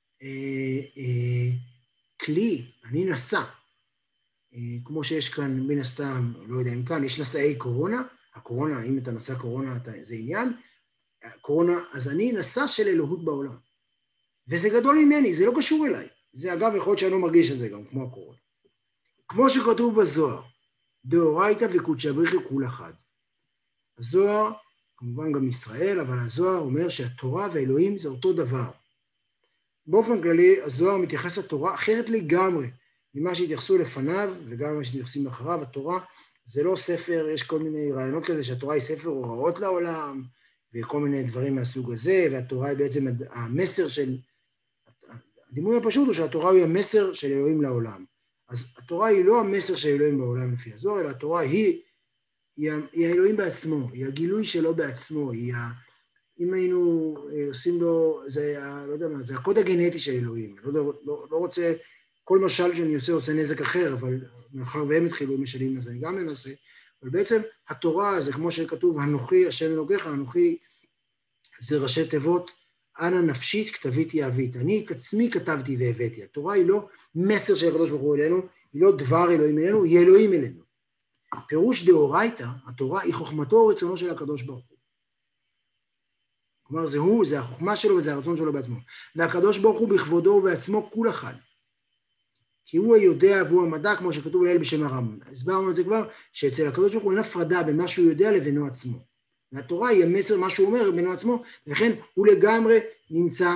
כלי, אני נשא, כמו שיש כאן מן הסתם, לא יודע אם כאן, יש נשאי קורונה, הקורונה, אם אתה נשא קורונה, זה עניין, קורונה, אז אני נשא של אלוהות בעולם. וזה גדול ממני, זה לא קשור אליי. זה אגב, יכול להיות שאני לא מרגיש את זה גם, כמו הקורונה. כמו שכתוב בזוהר, דאורייתא וקודשא בריך הוא כול אחד. הזוהר, כמובן גם ישראל, אבל הזוהר אומר שהתורה ואלוהים זה אותו דבר. באופן כללי, הזוהר מתייחס לתורה אחרת לגמרי, ממה שהתייחסו לפניו וגם ממה שהתייחסים אחריו. התורה זה לא ספר, יש כל מיני רעיונות כזה שהתורה היא ספר הוראות לעולם, וכל מיני דברים מהסוג הזה, והתורה היא בעצם המסר של, הדימוי הפשוט הוא שהתורה היא המסר של אלוהים לעולם. אז התורה היא לא המסר של אלוהים בעולם לפי הזוהר, אלא התורה היא האלוהים בעצמו, היא הגילוי שלו בעצמו, אם היינו עושים לו, לא יודע מה, זה הקוד הגנטי של אלוהים, לא רוצה, כל משל שאני עושה נזק אחר, אבל מאחר והם התחילו משלים, אז אני גם מנסה, אבל בעצם התורה זה כמו שכתוב, אנוכי השם אלוקיך, אנוכי זה ראשי תיבות, אנא נפשית כתביתי אבית, אני את עצמי כתבתי והבאתי, התורה היא לא מסר של הקדוש ברוך הוא אלינו, היא לא דבר אלוהים אלינו, היא אלוהים אלינו. פירוש דאורייתא, התורה היא חוכמתו ורצונו של הקדוש ברוך הוא. כלומר זה הוא, זה החוכמה שלו וזה הרצון שלו בעצמו. והקדוש ברוך הוא בכבודו ובעצמו כול אחד. כי הוא היודע והוא המדע, כמו שכתוב לאל בשם הרמב"ם. הסברנו את זה כבר, שאצל הקדוש ברוך הוא אין הפרדה בין מה שהוא יודע לבינו עצמו. והתורה היא המסר, מה שהוא אומר בינו עצמו, ולכן הוא לגמרי נמצא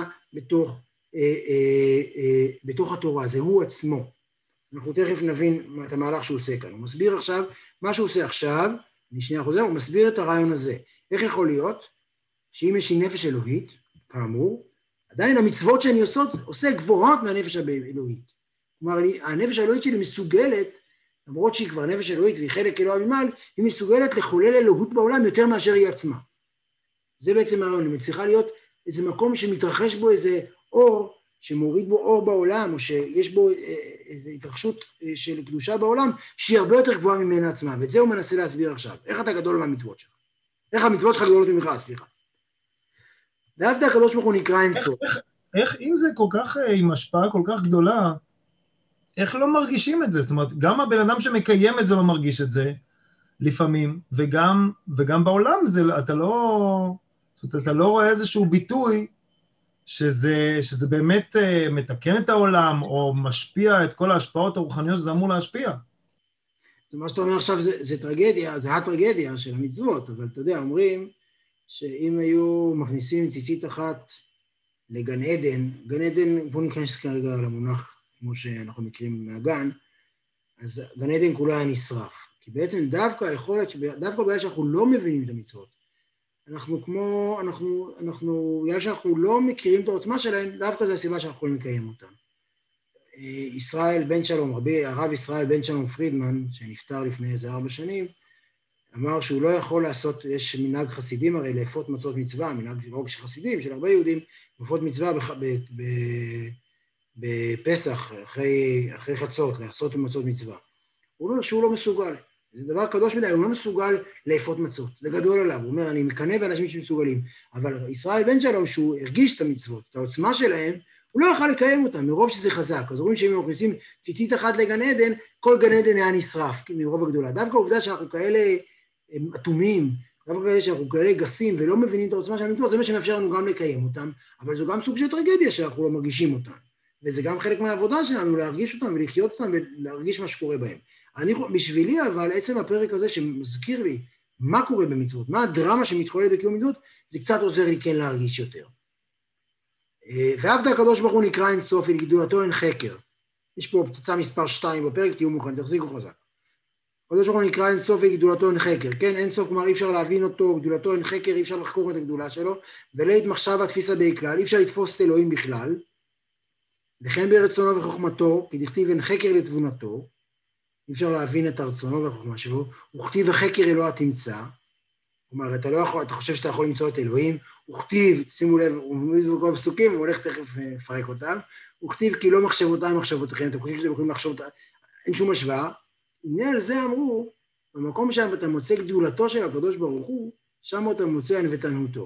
בתוך התורה, זה הוא עצמו. אנחנו תכף נבין את המהלך שהוא עושה כאן. הוא מסביר עכשיו, מה שהוא עושה עכשיו, אני שנייה חוזר, הוא מסביר את הרעיון הזה. איך יכול להיות שאם יש לי נפש אלוהית, כאמור, עדיין המצוות שאני עושה גבוהות מהנפש האלוהית. כלומר, הנפש האלוהית שלי מסוגלת, למרות שהיא כבר נפש אלוהית והיא חלק אלוה ממעל, היא מסוגלת לחולל אלוהות בעולם יותר מאשר היא עצמה. זה בעצם הרעיון, היא מצליחה להיות איזה מקום שמתרחש בו איזה אור, שמוריד בו אור בעולם, או שיש בו איזו התרחשות של קדושה בעולם, שהיא הרבה יותר גבוהה ממנה עצמה, ואת זה הוא מנסה להסביר עכשיו. איך אתה גדול מהמצוות שלך? איך המצוות שלך גדולות ממך, סליחה. ואהבת הקדוש ברוך הוא נקרא אינסוף. איך אם זה כל כך, עם השפעה כל כך גדולה, איך לא מרגישים את זה? זאת אומרת, גם הבן אדם שמקיים את זה לא מרגיש את זה, לפעמים, וגם בעולם זה, אתה לא רואה איזשהו ביטוי, שזה באמת מתקן את העולם, או משפיע את כל ההשפעות הרוחניות שזה אמור להשפיע. זה מה שאתה אומר עכשיו, זה טרגדיה, זה הטרגדיה של המצוות, אבל אתה יודע, אומרים שאם היו מכניסים ציצית אחת לגן עדן, גן עדן, בואו ניכנס כרגע למונח, כמו שאנחנו מכירים מהגן, אז גן עדן כולו היה נשרף, כי בעצם דווקא היכולת, דווקא בגלל שאנחנו לא מבינים את המצוות, בגלל שאנחנו לא מכירים את העוצמה שלהם, דווקא זה הסיבה שאנחנו יכולים לקיים אותם. ישראל בן שלום, הרב ישראל בן שלום פרידמן, שנפטר לפני איזה 4 שנים, אמר שהוא לא יכול לעשות, יש מנהג חסידים הרי לאפות מצות מצווה, מנהג לא רק של חסידים, של הרבה יהודים, לאפות מצווה בפסח, אחרי חצות, לעשות מצות מצווה. הוא אומר שהוא לא מסוגל. זה דבר קדוש מדי, הוא לא מסוגל לאפות מצות, זה גדול עליו, הוא אומר, אני מקנא באנשים שמסוגלים, אבל ישראל בן שלום, שהוא הרגיש את המצוות, את העוצמה שלהם, הוא לא יכול לקיים אותם, מרוב שזה חזק, אז רואים שאם מכניסים ציצית אחת לגן עדן, כל גן עדן היה נשרף, מרוב הגדולה, דווקא העובדה שאנחנו כאלה אטומים, דווקא כאלה שאנחנו כאלה גסים, ולא מבינים את העוצמה של המצוות, זה מה שמאפשר לנו גם לקיים אותם, אבל זו גם סוג של טרגדיה שאנחנו לא מרגישים אותם, וזה גם חלק מהעבודה שלנו, להרגיש אותם ולחיות אותם ולהרגיש מה שקורה בהם. בשבילי, אבל עצם הפרק הזה שמזכיר לי מה קורה במצוות, מה הדרמה שמתחוללת בקיום מצוות, זה קצת עוזר לי כן להרגיש יותר. ואהבת הקדוש ברוך הוא נקרא אינסוף, לגדולתו אין חקר. יש פה פצצה מספר 2 בפרק, תהיו מוכן, תחזיקו חזק. הקדוש ברוך הוא נקרא אינסוף וגדולתו אין חקר, כן, אינסוף כלומר אי אפשר להבין אותו, גדולתו אין חקר, אי אפשר לחקור את הגדולה שלו, ולית מחשבה תפיסה בכלל, אי אפשר לתפוס את אלוהים בכלל, וכן ברצונו וחוכמתו, כי דכתיב אין חקר לתבונתו, אי אפשר להבין את הרצונו והחוכמה שלו, וכתיב החקר אלוה תמצא, כלומר, אתה חושב שאתה יכול למצוא את אלוהים, וכתיב, שימו לב, הוא מביא בכל הפסוקים, הוא הולך תכף לפרק אותם, וכתיב כי לא מחשבותיי מחשבותיכם, אתם חושבים שאתם יכולים לחשוב, אין שום השוואה, הנה על זה אמרו, במקום שם אתה מוצא גדולתו של הקדוש ברוך הוא, שם אתה מוצא ענוותנותו.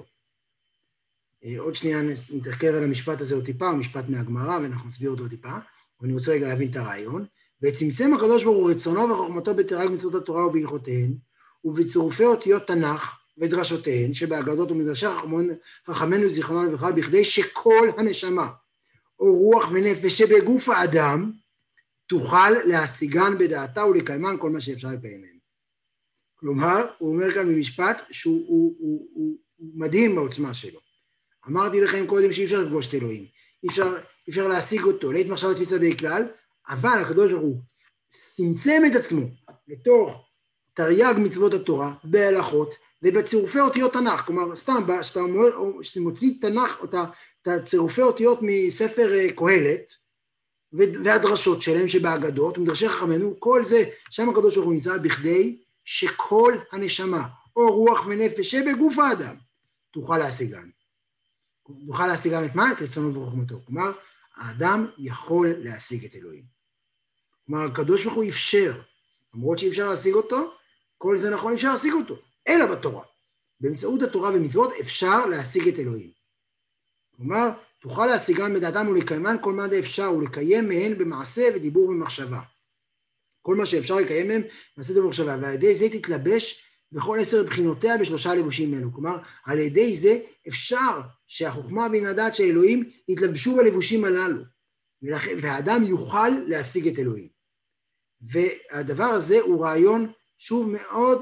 עוד שנייה נתעכב על המשפט הזה עוד טיפה, הוא משפט מהגמרא, ואנחנו נסביר אותו טיפה, ואני רוצה רגע להבין את הרעיון, וצמצם הקדוש ברוך הוא רצונו וחוכמתו בתרי"ג מצוות התורה ובהלכותיהן, ובצירופי אותיות תנ"ך ודרשותיהן, שבאגדות ומדרשי חכמינו זיכרונם לברכה, בכדי שכל הנשמה, או רוח ונפש שבגוף האדם, תוכל להשיגן בדעתה ולקיימן כל מה שאפשר לקיים מהם. כלומר, הוא אומר כאן במשפט שהוא מדהים בעוצמה שלו. אמרתי לכם קודם שאי אפשר לפגוש את אלוהים, אי אפשר להשיג אותו, לית מחשבה תפיסה בכלל, אבל הקדוש ברוך הוא צמצם את עצמו לתוך תרי"ג מצוות התורה, בהלכות, ובצירופי אותיות תנ"ך, כלומר, סתם, כשאתה מוציא תנ"ך, אתה צירופי אותיות מספר קהלת, והדרשות שלהם שבאגדות, ומדרשי חכמינו, כל זה, שם הקדוש ברוך הוא נמצא בכדי שכל הנשמה, או רוח ונפש שבגוף האדם, תוכל להשיגן. תוכל להשיגן את מה? את רצונו וחוכמתו. כלומר, האדם יכול להשיג את אלוהים. כלומר, הקדוש ברוך הוא אפשר, למרות שאי אפשר להשיג אותו, כל זה נכון, אפשר להשיג אותו, אלא בתורה. באמצעות התורה ומצוות אפשר להשיג את אלוהים. כלומר, תוכל להשיגן בדעתם ולקיימן כל מה אפשר, ולקיים מהן במעשה ודיבור ומחשבה. כל מה שאפשר לקיים מהם, מעשה ובמחשבה, ועל ידי זה תתלבש בכל 10 בחינותיה ב3 לבושים אלו. כלומר, על ידי זה אפשר שהחוכמה והבינה דעת של אלוהים יתלבשו בלבושים הללו, והאדם יוכל להשיג את אלוהים. והדבר הזה הוא רעיון שוב מאוד,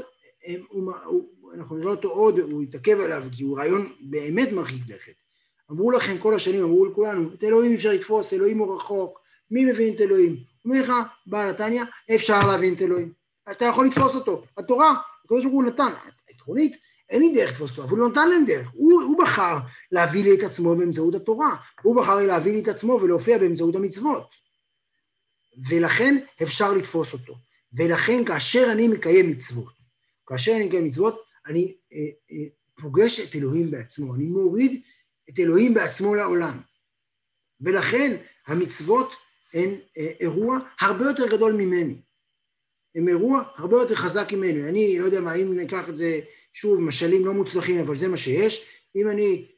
אנחנו נראה אותו עוד, הוא יתעכב עליו, כי הוא רעיון באמת מרחיק לכת. אמרו לכם כל השנים, אמרו לכולנו, את אלוהים אפשר לתפוס, אלוהים הוא רחוק, מי מבין את אלוהים? אומר לך, בעל התניא, אפשר להבין את אלוהים. אתה יכול לתפוס אותו. התורה, הקדוש ברוך הוא נתן, עקרונית, אין לי דרך לתפוס אותו, אבל הוא נתן להם דרך. הוא בחר להביא לי את עצמו באמצעות התורה, הוא בחר להביא לי את עצמו ולהופיע באמצעות המצוות. ולכן אפשר לתפוס אותו. ולכן כאשר אני מקיים מצוות, אני פוגש את אלוהים בעצמו, אני מוריד את אלוהים בעצמו לעולם. ולכן המצוות הן אירוע הרבה יותר גדול ממני. הם אירוע הרבה יותר חזק ממני. אני לא יודע מה, אם ניקח את זה, שוב, משלים לא מוצלחים, אבל זה מה שיש. אם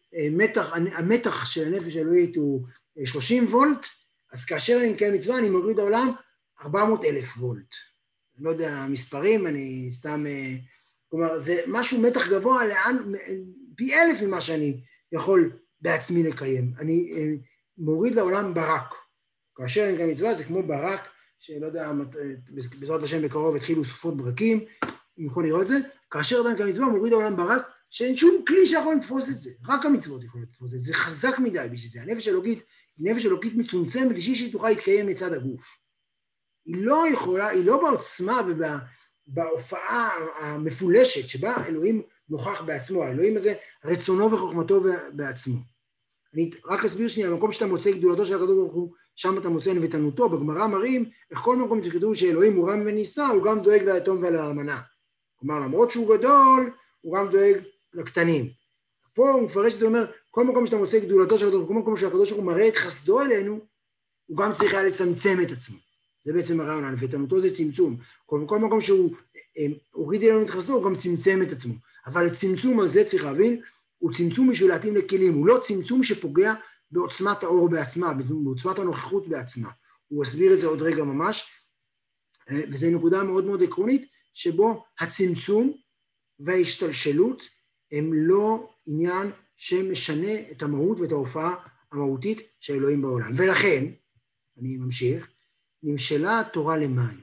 המתח של הנפש האלוהית הוא 30 וולט, אז כאשר אני מקיים מצווה, אני מוריד העולם 400,000 וולט. אני לא יודע, המספרים, אני סתם... כלומר, זה משהו מתח גבוה פי 1000 ממה שאני יכול בעצמי לקיים. אני מוריד לעולם ברק. כאשר אני מקיים מצווה, זה כמו ברק, שלא יודע, בעזרת השם בקרוב התחילו סופות ברקים, אם יכול לראות את זה, כאשר אתה מקיים מצווה, מוריד לעולם ברק, שאין שום כלי שיכול לתפוס את זה. רק המצוות יכול לתפוס את זה. זה חזק מדי בשביל זה. הנפש האלוקית היא נפש אלוקית מצומצם, בשביל שהיא תוכל להתקיים מצד הגוף. היא לא יכולה, היא לא בעוצמה ובהופעה המפולשת, שבה אלוהים נוכח בעצמו. האלוהים הזה, רצונו וחוכמתו בעצמו. אני רק אסביר שנייה, המקום שאתה מוצא גדולתו של הקדוש ברוך הוא, שם אתה מוצא נבטנותו, בגמרא מראים, איך כל מקום תדעו שאלוהים הוא רם ונישא, הוא גם דואג ליתום ולאלמנה. כלומר, למרות שהוא גדול, הוא גם דואג לקטנים. פה הוא מפרש את זה, אומר, כל מקום שאתה מוצא גדולתו של הקדוש ברוך הוא, כל מקום שהקדוש ברוך הוא מראה את חסדו אלינו, הוא גם צריך היה לצמצם את עצמו. זה בעצם הרעיון, נבטנותו זה צמצום. כל מקום שהוא הוריד אלינו את חסדו, הוא גם צמצם את עצמו. אבל הצמצום הזה, צריך להבין, הוא צמצום בשביל להתאים לכלים, הוא לא צמצום שפוגע בעוצמת האור בעצמה, בעוצמת הנוכחות בעצמה. הוא הסביר את זה עוד רגע ממש, וזו נקודה מאוד מאוד עקרונית, שבו הצמצום וההשתלשלות הם לא עניין שמשנה את המהות ואת ההופעה המהותית של אלוהים בעולם. ולכן, אני ממשיך, נמשלה התורה למים.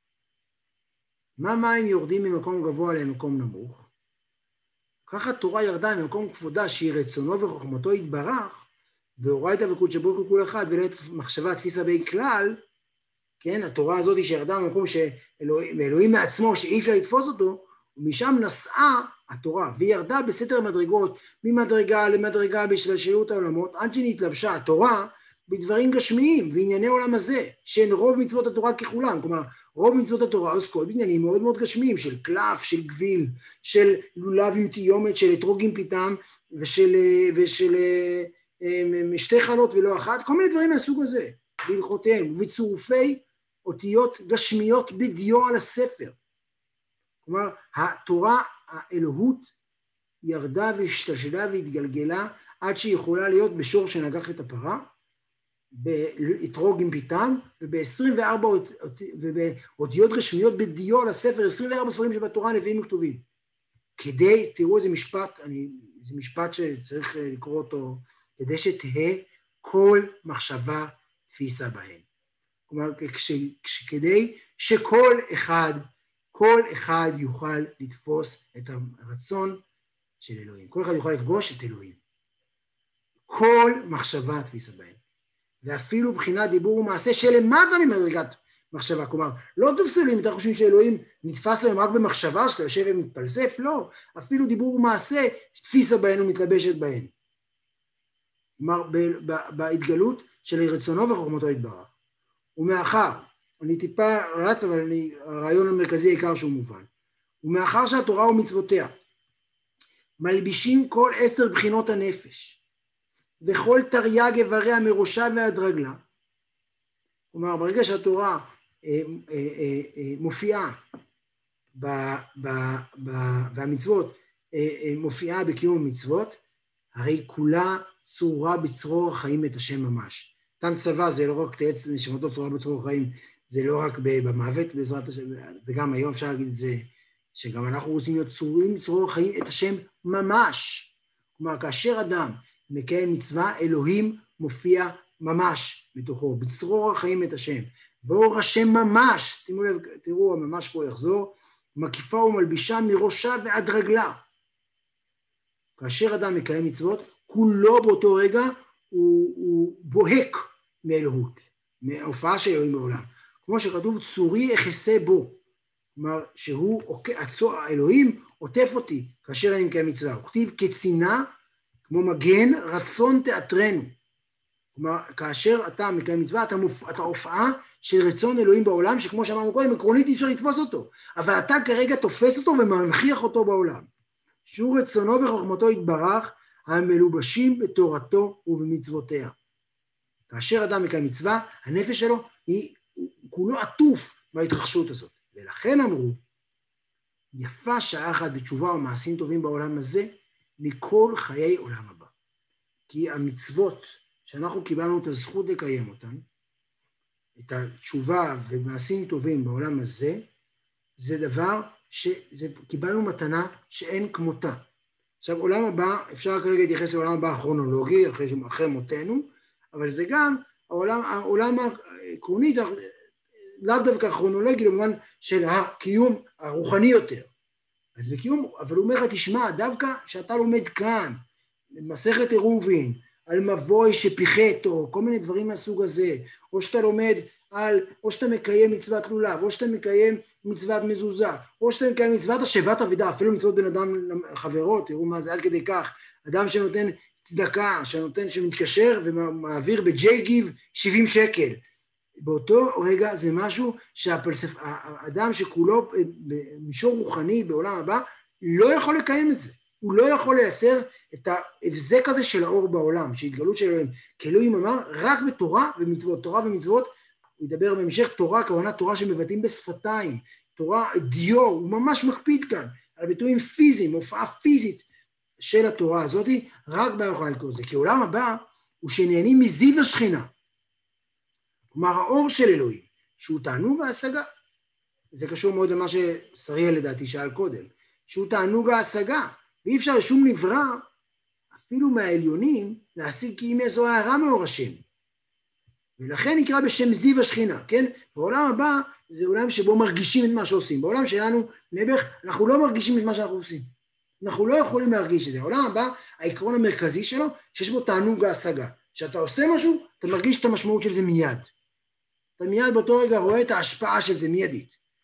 מה מים יורדים ממקום גבוה למקום נמוך? ככה התורה ירדה ממקום כבודה שהיא רצונו וחוכמתו יתברך, והורייתא וקודשא בריך הוא כל אחד ולעת מחשבה תפיסה בי כלל, כן, התורה הזאת שירדה ממקום שאלוהים מעצמו שאי אפשר לתפוס אותו, ומשם נסעה התורה, והיא ירדה בסתר מדרגות, ממדרגה למדרגה בשלשלות העולמות, עד שנתלבשה התורה בדברים גשמיים וענייני עולם הזה, שהן רוב מצוות התורה ככולם, כלומר, רוב מצוות התורה עוסקות בעניינים מאוד מאוד גשמיים, של קלף, של גביל, של לולב עם תיומת, של אתרוג עם פיתם, ושל שתי חלות ולא אחת, כל מיני דברים מהסוג הזה, בהלכותיהם, ובצירופי אותיות גשמיות בדיו על הספר. כלומר, התורה, האלוהות, ירדה והשתלשלה והתגלגלה, עד שהיא יכולה להיות בשור שנגח את הפרה, באתרוג עם פיתם, וב-24 ובאותיות גשמיות בדיו על הספר, 24 ספרים שבתורה נביאים וכתובים. כדי, תראו איזה משפט, זה משפט שצריך לקרוא אותו, כדי שתהה כל מחשבה תפיסה בהם. כלומר, כדי שכל אחד יוכל לתפוס את הרצון של אלוהים. כל אחד יוכל לפגוש את אלוהים. כל מחשבה תפיסה בהם. ואפילו בחינת דיבור ומעשה שלמטה ממדרגת מחשבה. כלומר, לא תופסו לי אם אתה חושבים שאלוהים נתפס להם רק במחשבה, שאתה יושב ומתפלסף, לא. אפילו דיבור ומעשה, תפיסה בהן ומתלבשת בהן. כלומר, בהתגלות של רצונו וחוכמתו יתברך. ומאחר, אני טיפה רץ, אבל הרעיון המרכזי העיקר שהוא מובן. ומאחר שהתורה ומצוותיה מלבישים כל 10 בחינות הנפש, וכל תרי"ג איבריה מראשה ועד רגלה, כלומר, ברגע שהתורה מופיעה והמצוות מופיעה בקיום המצוות, הרי כולה צרורה בצרור החיים את השם ממש. תן צבא זה לא רק תעץ נשמתו צרורה בצרור החיים, זה לא רק במוות בעזרת השם, וגם היום אפשר להגיד את זה, שגם אנחנו רוצים להיות צרורים בצרור החיים את השם ממש. כלומר, כאשר אדם מקיים מצווה, אלוהים מופיע ממש בתוכו, בצרור החיים את השם. ואור השם ממש, שימו לב, תראו, הממש פה יחזור, מקיפה ומלבישה מראשה ועד רגלה. כאשר אדם מקיים מצוות, כולו באותו רגע הוא בוהק מאלוהות, מההופעה של אלוהים בעולם. כמו שכתוב, צורי אחסה בו. כלומר, האלוהים עוטף אותי כאשר אני מקיים מצווה. הוא כתיב כצינה, כמו מגן, רצון תיאטרנו. כלומר, כאשר אתה מקיים מצווה, אתה הופעה של רצון אלוהים בעולם, שכמו שאמרנו קודם, עקרונית אי אפשר לתפוס אותו, אבל אתה כרגע תופס אותו ומנכיח אותו בעולם. שהוא רצונו וחוכמתו יתברך, המלובשים בתורתו ובמצוותיה. כאשר אדם מקיים מצווה, הנפש שלו היא כולו עטוף בהתרחשות הזאת. ולכן אמרו, יפה שעה אחת בתשובה ומעשים טובים בעולם הזה, מכל חיי עולם הבא. כי המצוות שאנחנו קיבלנו את הזכות לקיים אותן, את התשובה ומעשים טובים בעולם הזה, זה דבר שקיבלנו מתנה שאין כמותה. עכשיו, עולם הבא, אפשר כרגע להתייחס לעולם הבא הכרונולוגי, אחרי מותנו, אבל זה גם העולם העקרונית, לאו דווקא כרונולוגי, במובן של הקיום הרוחני יותר. אז בקיום, אבל הוא אומר לך, תשמע, דווקא שאתה לומד כאן, במסכת עירובין, על מבוי שפיחת, או כל מיני דברים מהסוג הזה, או שאתה לומד או שאתה מקיים מצוות לולב, או שאתה מקיים מצוות מזוזה, או שאתה מקיים מצוות השבת אבידה, אפילו מצוות בין אדם לחברות, תראו מה זה עד כדי כך, אדם שנותן צדקה, שמתקשר ומעביר בג'יי גיב 70 שקל, באותו רגע זה משהו שהאדם שכולו במישור רוחני בעולם הבא, לא יכול לקיים את זה, הוא לא יכול לייצר את ההבזק הזה של האור בעולם, שהתגלות של אלוהים, כי אלוהים אמר רק בתורה ומצוות, תורה ומצוות, הוא ידבר בהמשך תורה, כוונה תורה שמבטאים בשפתיים, תורה דיו, הוא ממש מקפיד כאן, על ביטויים פיזיים, הופעה פיזית של התורה הזאת, רק בה יוכל לקרוא את זה, כי עולם הבא הוא שנהנים מזיו השכינה, כלומר האור של אלוהים, שהוא תענוג ההשגה, זה קשור מאוד למה ששריאל לדעתי שאל קודם, שהוא תענוג ההשגה, ואי אפשר לשום נברא, אפילו מהעליונים, להשיג כי אם איזו הערה מאור השם, ולכן נקרא בשם זיו השכינה, כן? בעולם הבא זה עולם שבו מרגישים את מה שעושים. בעולם שלנו, נעבך, אנחנו לא מרגישים את מה שאנחנו עושים. אנחנו לא יכולים להרגיש את זה. העולם הבא, העקרון המרכזי שלו, שיש בו תענוג ההשגה. כשאתה עושה משהו, אתה מרגיש את המשמעות של זה מיד. אתה מיד באותו רגע רואה את ההשפעה של זה מיידית.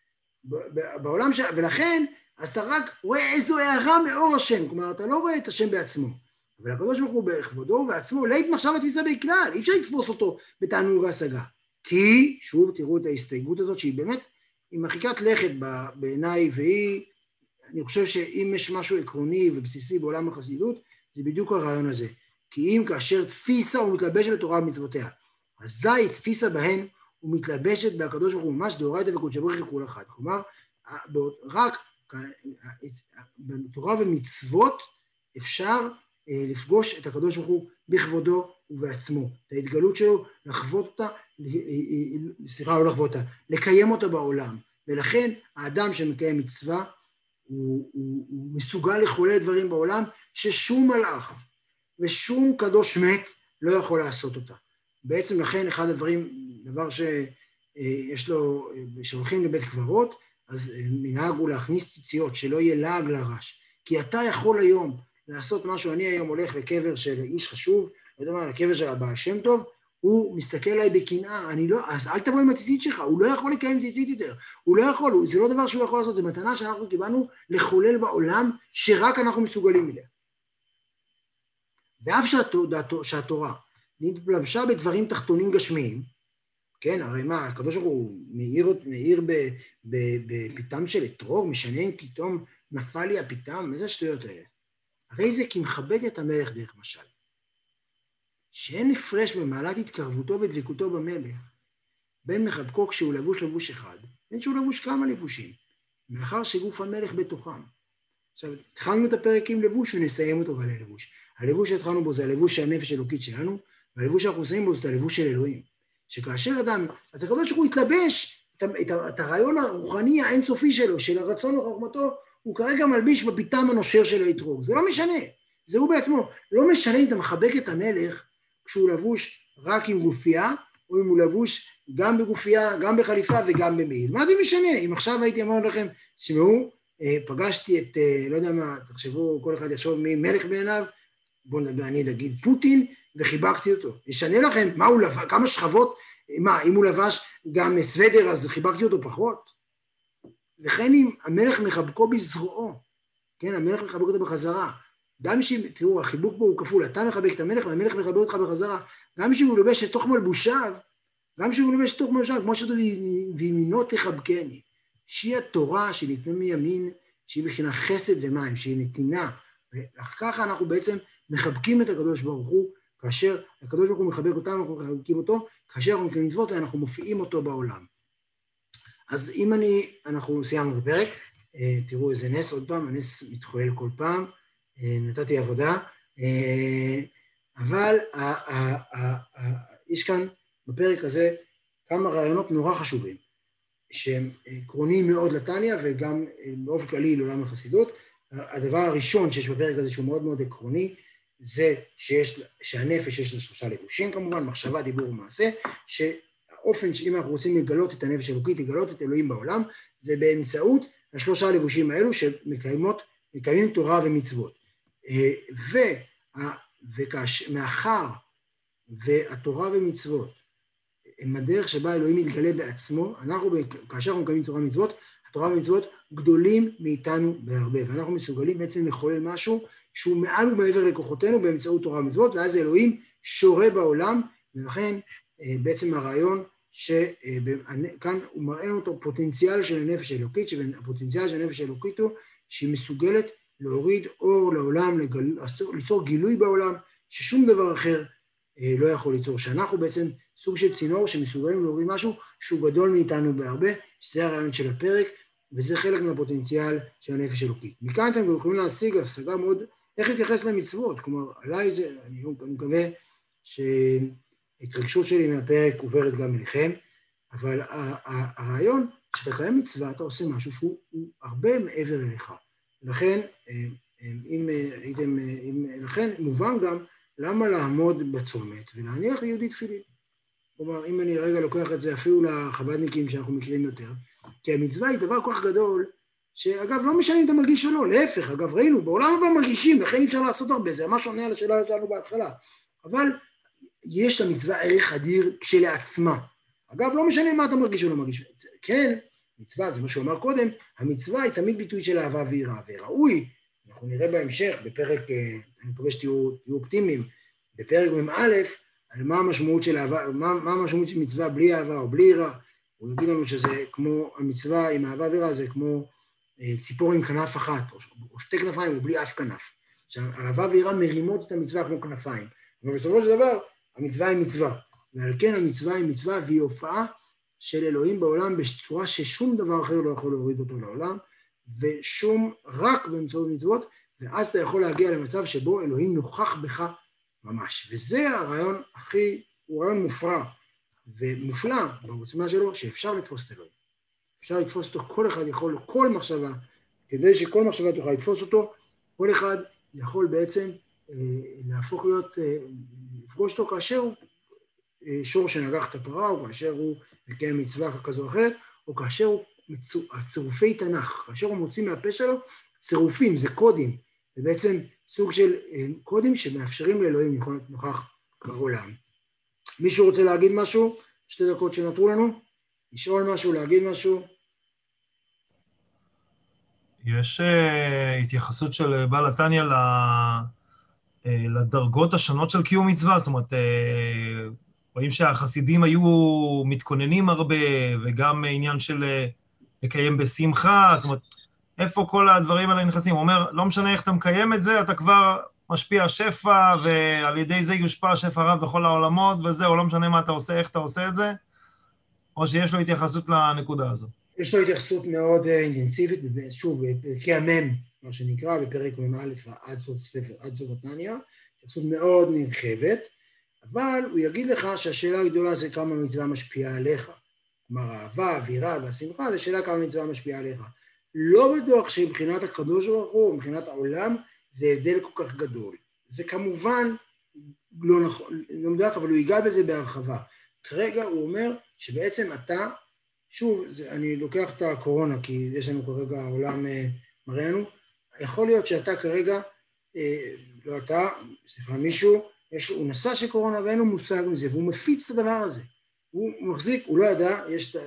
בעולם ולכן, אז אתה רק רואה איזו הערה מאור השם. כלומר, אתה לא רואה את השם בעצמו. אבל הקדוש ברוך הוא בכבודו ובעצמו, לית מחשב התפיסה בכלל, אי אפשר לתפוס אותו בתענוג ההשגה. כי, שוב, תראו את ההסתייגות הזאת, שהיא באמת, היא מרחיקת לכת בעיניי, והיא, אני חושב שאם יש משהו עקרוני ובסיסי בעולם החסידות, זה בדיוק הרעיון הזה. כי אם כאשר תפיסה ומתלבשת בתורה ומצוותיה, אזי תפיסה בהן ומתלבשת בהקדוש ברוך הוא ממש דאורייתא וקודשא בריך הוא כל אחד. כלומר, רק בתורה ומצוות אפשר לפגוש את הקדוש ברוך הוא בכבודו ובעצמו, את ההתגלות שלו, לחוות אותה, לא לחוות אותה, לקיים אותה בעולם, ולכן האדם שמקיים מצווה, הוא מסוגל לחולל דברים בעולם, ששום מלאך ושום קדוש מת לא יכול לעשות אותה. בעצם לכן אחד הדברים, דבר שיש לו, שהולכים לבית קברות, אז מנהג הוא להכניס ציציות, שלא יהיה לעג לרש, כי אתה יכול היום, לעשות משהו, אני היום הולך לקבר של איש חשוב, לא יודע מה, לקבר של הבעל שם טוב, הוא מסתכל עליי בקנאה, אז אל תבוא עם הציצית שלך, הוא לא יכול לקיים ציצית יותר, הוא לא יכול, זה לא דבר שהוא יכול לעשות, זה מתנה שאנחנו קיבלנו לחולל בעולם, שרק אנחנו מסוגלים אליה. ואף שהתורה נתלבשה בדברים תחתונים גשמיים, כן, הרי מה, הקדוש ברוך הוא מאיר בפיתם של אתרוג, משנה אם פתאום נפל לי הפיתם, איזה שטויות האלה? הרי זה כי מכבד את המלך דרך משל. שאין הפרש במעלת התקרבותו ודבקותו במלך, בין מחבקו כשהוא לבוש לבוש אחד, בין שהוא לבוש כמה לבושים, מאחר שגוף המלך בתוכם. עכשיו, התחלנו את הפרק עם לבוש ונסיים אותו על הלבוש. הלבוש שהתחלנו בו זה הלבוש של הנפש האלוקית שלנו, והלבוש שאנחנו עושים בו זה הלבוש של אלוהים. שכאשר אדם, אז הקדוש ברוך הוא יתלבש את הרעיון הרוחני האינסופי שלו, של הרצון וחוכמתו, הוא כרגע מלביש בפיתם הנושר של האתרוג. זה לא משנה, זה הוא בעצמו. לא משנה אם אתה מחבק את המלך כשהוא לבוש רק עם גופייה, או אם הוא לבוש גם בגופייה, גם בחליפה וגם במעיל. מה זה משנה? אם עכשיו הייתי אמר לכם, שמעו, פגשתי את, לא יודע מה, תחשבו, כל אחד יחשוב מי מלך בעיניו, בואו נדבר, אני אגיד פוטין, וחיבקתי אותו. ישנה לכם, מה הוא לבש, כמה שכבות, מה, אם הוא לבש גם סוודר, אז חיבקתי אותו פחות? וכן אם המלך מחבקו בזרועו, כן, המלך מחבק אותו בחזרה, גם תראו, החיבוק פה הוא כפול, אתה מחבק את המלך, והמלך מחבק אותך בחזרה, גם שהוא לובש לתוך מלבושיו, כמו שאתה וימינו תחבקני, שהיא התורה שניתנה מימין, שהיא בחינה חסד ומים, שהיא נתינה, וככה אנחנו בעצם מחבקים את הקדוש ברוך הוא, כאשר הקדוש ברוך הוא מחבק אותנו, אנחנו מחבקים אותו, כאשר אנחנו מקיימים מצוות ואנחנו מופיעים אותו בעולם. אז אם אנחנו סיימנו את הפרק, תראו איזה נס עוד פעם, הנס מתחולל כל פעם, נתתי עבודה, אבל יש כאן בפרק הזה כמה רעיונות נורא חשובים, שהם עקרוניים מאוד לטניה וגם באופן כללי לעולם החסידות. הדבר הראשון שיש בפרק הזה שהוא מאוד מאוד עקרוני, זה שהנפש יש לה 3 לבושים כמובן, מחשבה, דיבור ומעשה, שהאופן שאם אנחנו רוצים לגלות את הנפש האלוקית, לגלות את אלוהים בעולם, זה באמצעות 3 הלבושים האלו שמקיימים תורה ומצוות. ומאחר והתורה ומצוות הם הדרך שבה אלוהים מתגלה בעצמו, כאשר אנחנו מקיימים תורה ומצוות, התורה ומצוות גדולים מאיתנו בהרבה, ואנחנו מסוגלים בעצם לחולל משהו שהוא מעל ומעבר לכוחותינו באמצעות תורה ומצוות, ואז אלוהים שורה בעולם, ולכן בעצם הרעיון שכאן הוא מראה אותו פוטנציאל של הנפש האלוקית, שהפוטנציאל של הנפש האלוקית הוא שהיא מסוגלת להוריד אור לעולם, ליצור גילוי בעולם, ששום דבר אחר לא יכול ליצור, שאנחנו בעצם סוג של צינור שמסוגלים להוריד משהו שהוא גדול מאיתנו בהרבה, שזה הרעיון של הפרק, וזה חלק מהפוטנציאל של הנפש האלוקית. מכאן אתם יכולים להשיג השגה מאוד, איך להתייחס למצוות, כלומר, עליי זה, אני מקווה שההתרגשות שלי מהפרק עוברת גם אליכם, אבל הרעיון שאתה קיים מצווה, אתה עושה משהו שהוא הרבה מעבר אליך. לכן, לכן מובן גם למה לעמוד בצומת ולהניח ליהודי תפילין. כלומר, אם אני רגע לוקח את זה אפילו לחב"דניקים שאנחנו מכירים יותר, כי המצווה היא דבר כל כך גדול, שאגב לא משנה אם אתה מרגיש או לא, להפך, אגב ראינו, בעולם הבא מרגישים, לכן אי אפשר לעשות הרבה, זה ממש עונה על השאלה שלנו בהתחלה, אבל יש למצווה ערך אדיר כשלעצמה. אגב, לא משנה מה אתה מרגיש או לא מרגיש. כן, מצווה, זה מה שהוא אמר קודם, המצווה היא תמיד ביטוי של אהבה ויראה, וראוי, אנחנו נראה בהמשך, בפרק, אני מקווה שתהיו אופטימיים, בפרק מ"א, על מה המשמעות של אהבה, מה המשמעות של מצווה בלי אהבה או בלי יראה, הוא יגיד לנו שזה כמו, המצווה עם אהבה ויראה זה כמו ציפור עם כנף אחת, או 2 כנפיים, או בלי אף כנף. עכשיו, אהבה ויראה מרימות את המצווה כמו כנפיים, אבל בסופו של דבר, המצווה היא מצווה, ועל כן המצווה היא מצווה, והיא הופעה של אלוהים בעולם בצורה ששום דבר אחר לא יכול להוריד אותו לעולם, רק באמצעות מצוות, ואז אתה יכול להגיע למצב שבו אלוהים נוכח בך ממש. וזה הרעיון הוא רעיון מופרע ומופלא בעוצמה שלו, שאפשר לתפוס את אלוהים. אפשר לתפוס אותו, כל אחד יכול, כל מחשבה, כדי שכל מחשבה תוכל לתפוס אותו, כל אחד יכול בעצם להפוך להיות, לפגוש אותו כאשר הוא שור שנגח את הפרה, או כאשר הוא מקיים מצווה כזו או אחרת, או כאשר הוא צירופי תנ"ך, כאשר הוא מוציא מהפה שלו צירופים, זה קודים, זה בעצם סוג של קודים שמאפשרים לאלוהים נוכח בעולם. מישהו רוצה להגיד משהו? 2 דקות שנותרו לנו? לשאול משהו, להגיד משהו? יש התייחסות של בעל התניא לדרגות השונות של קיום מצווה, זאת אומרת, רואים שהחסידים היו מתכוננים הרבה, וגם עניין של לקיים בשמחה, זאת אומרת, איפה כל הדברים האלה נכנסים? הוא אומר, לא משנה איך אתה מקיים את זה, אתה כבר משפיע שפע, ועל ידי זה יושפע שפע רב בכל העולמות, וזהו, לא משנה מה אתה עושה, איך אתה עושה את זה, או שיש לו התייחסות לנקודה הזאת. יש לו התייחסות מאוד אינטנסיבית, שוב, בפרקי המם, מה שנקרא, בפרק מ"א עד סוף התניא, התייחסות מאוד נרחבת, אבל הוא יגיד לך שהשאלה הגדולה זה כמה מצווה משפיעה עליך. כלומר, האהבה, האווירה והשמחה, זה שאלה כמה מצווה משפיעה עליך. לא בטוח שמבחינת הקדוש ברוך הוא, מבחינת העולם, זה הבדל כל כך גדול. זה כמובן לא נכון, לא מדויק, אבל הוא ייגע בזה בהרחבה. כרגע הוא אומר שבעצם אתה, שוב, אני לוקח את הקורונה, כי יש לנו כרגע העולם מראה לנו, יכול להיות שאתה כרגע, לא אתה, סליחה, מישהו, הוא נסע של קורונה ואין לו מושג מזה, והוא מפיץ את הדבר הזה. הוא מחזיק, הוא לא ידע, יש את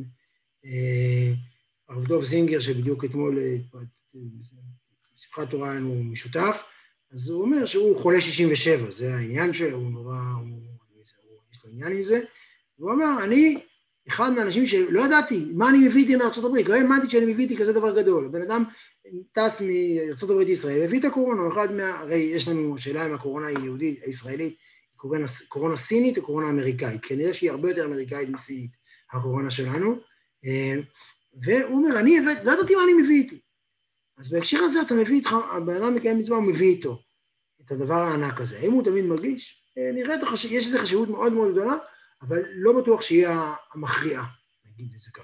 הרב דוב זינגר, שבדיוק אתמול, בשמחת תורה היינו משותף, אז הוא אומר שהוא חולה 67, זה העניין שלו, הוא נורא, יש לו עניין עם זה, והוא אמר, אני אחד מהאנשים שלא ידעתי מה אני מביא איתי מארצות הברית, לא האמנתי שאני מביא איתי כזה דבר גדול, הבן אדם טס מארצות הברית לישראל, הביא את הקורונה, הרי יש לנו שאלה אם הקורונה היא יהודית, הישראלית, קורונה סינית או קורונה אמריקאית, כנראה שהיא הרבה יותר אמריקאית מסינית, הקורונה שלנו, והוא אומר, אני לא ידעתי מה אני מביא איתי, אז בהקשר הזה אתה מביא איתך, הבן אדם מקיים מצווה, הוא מביא איתו את הדבר הענק הזה, האם הוא תמיד מרגיש? נראה, יש איזו חשיבות מאוד מאוד גדולה, אבל לא בטוח שיהיה המכריעה, נגיד את זה ככה.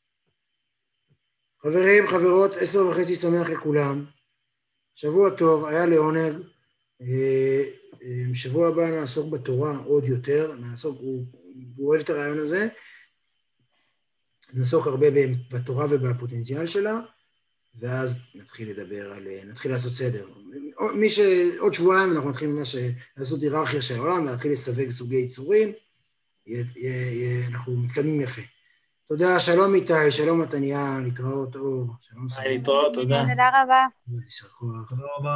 חברים, חברות, 10:30 שמח לכולם, שבוע טוב, היה לעונג, שבוע הבא נעסוק בתורה עוד יותר, הוא אוהב את הרעיון הזה, נעסוק הרבה בתורה ובפוטנציאל שלה, ואז נתחיל לעשות סדר. עוד שבועיים אנחנו נתחיל לעשות היררכיה של העולם, ונתחיל לסווג סוגי יצורים, אנחנו מתקדמים יפה. תודה, שלום איתי, שלום מתניה, להתראות אור. להתראות, תודה. תודה רבה. יישר כוח. תודה רבה.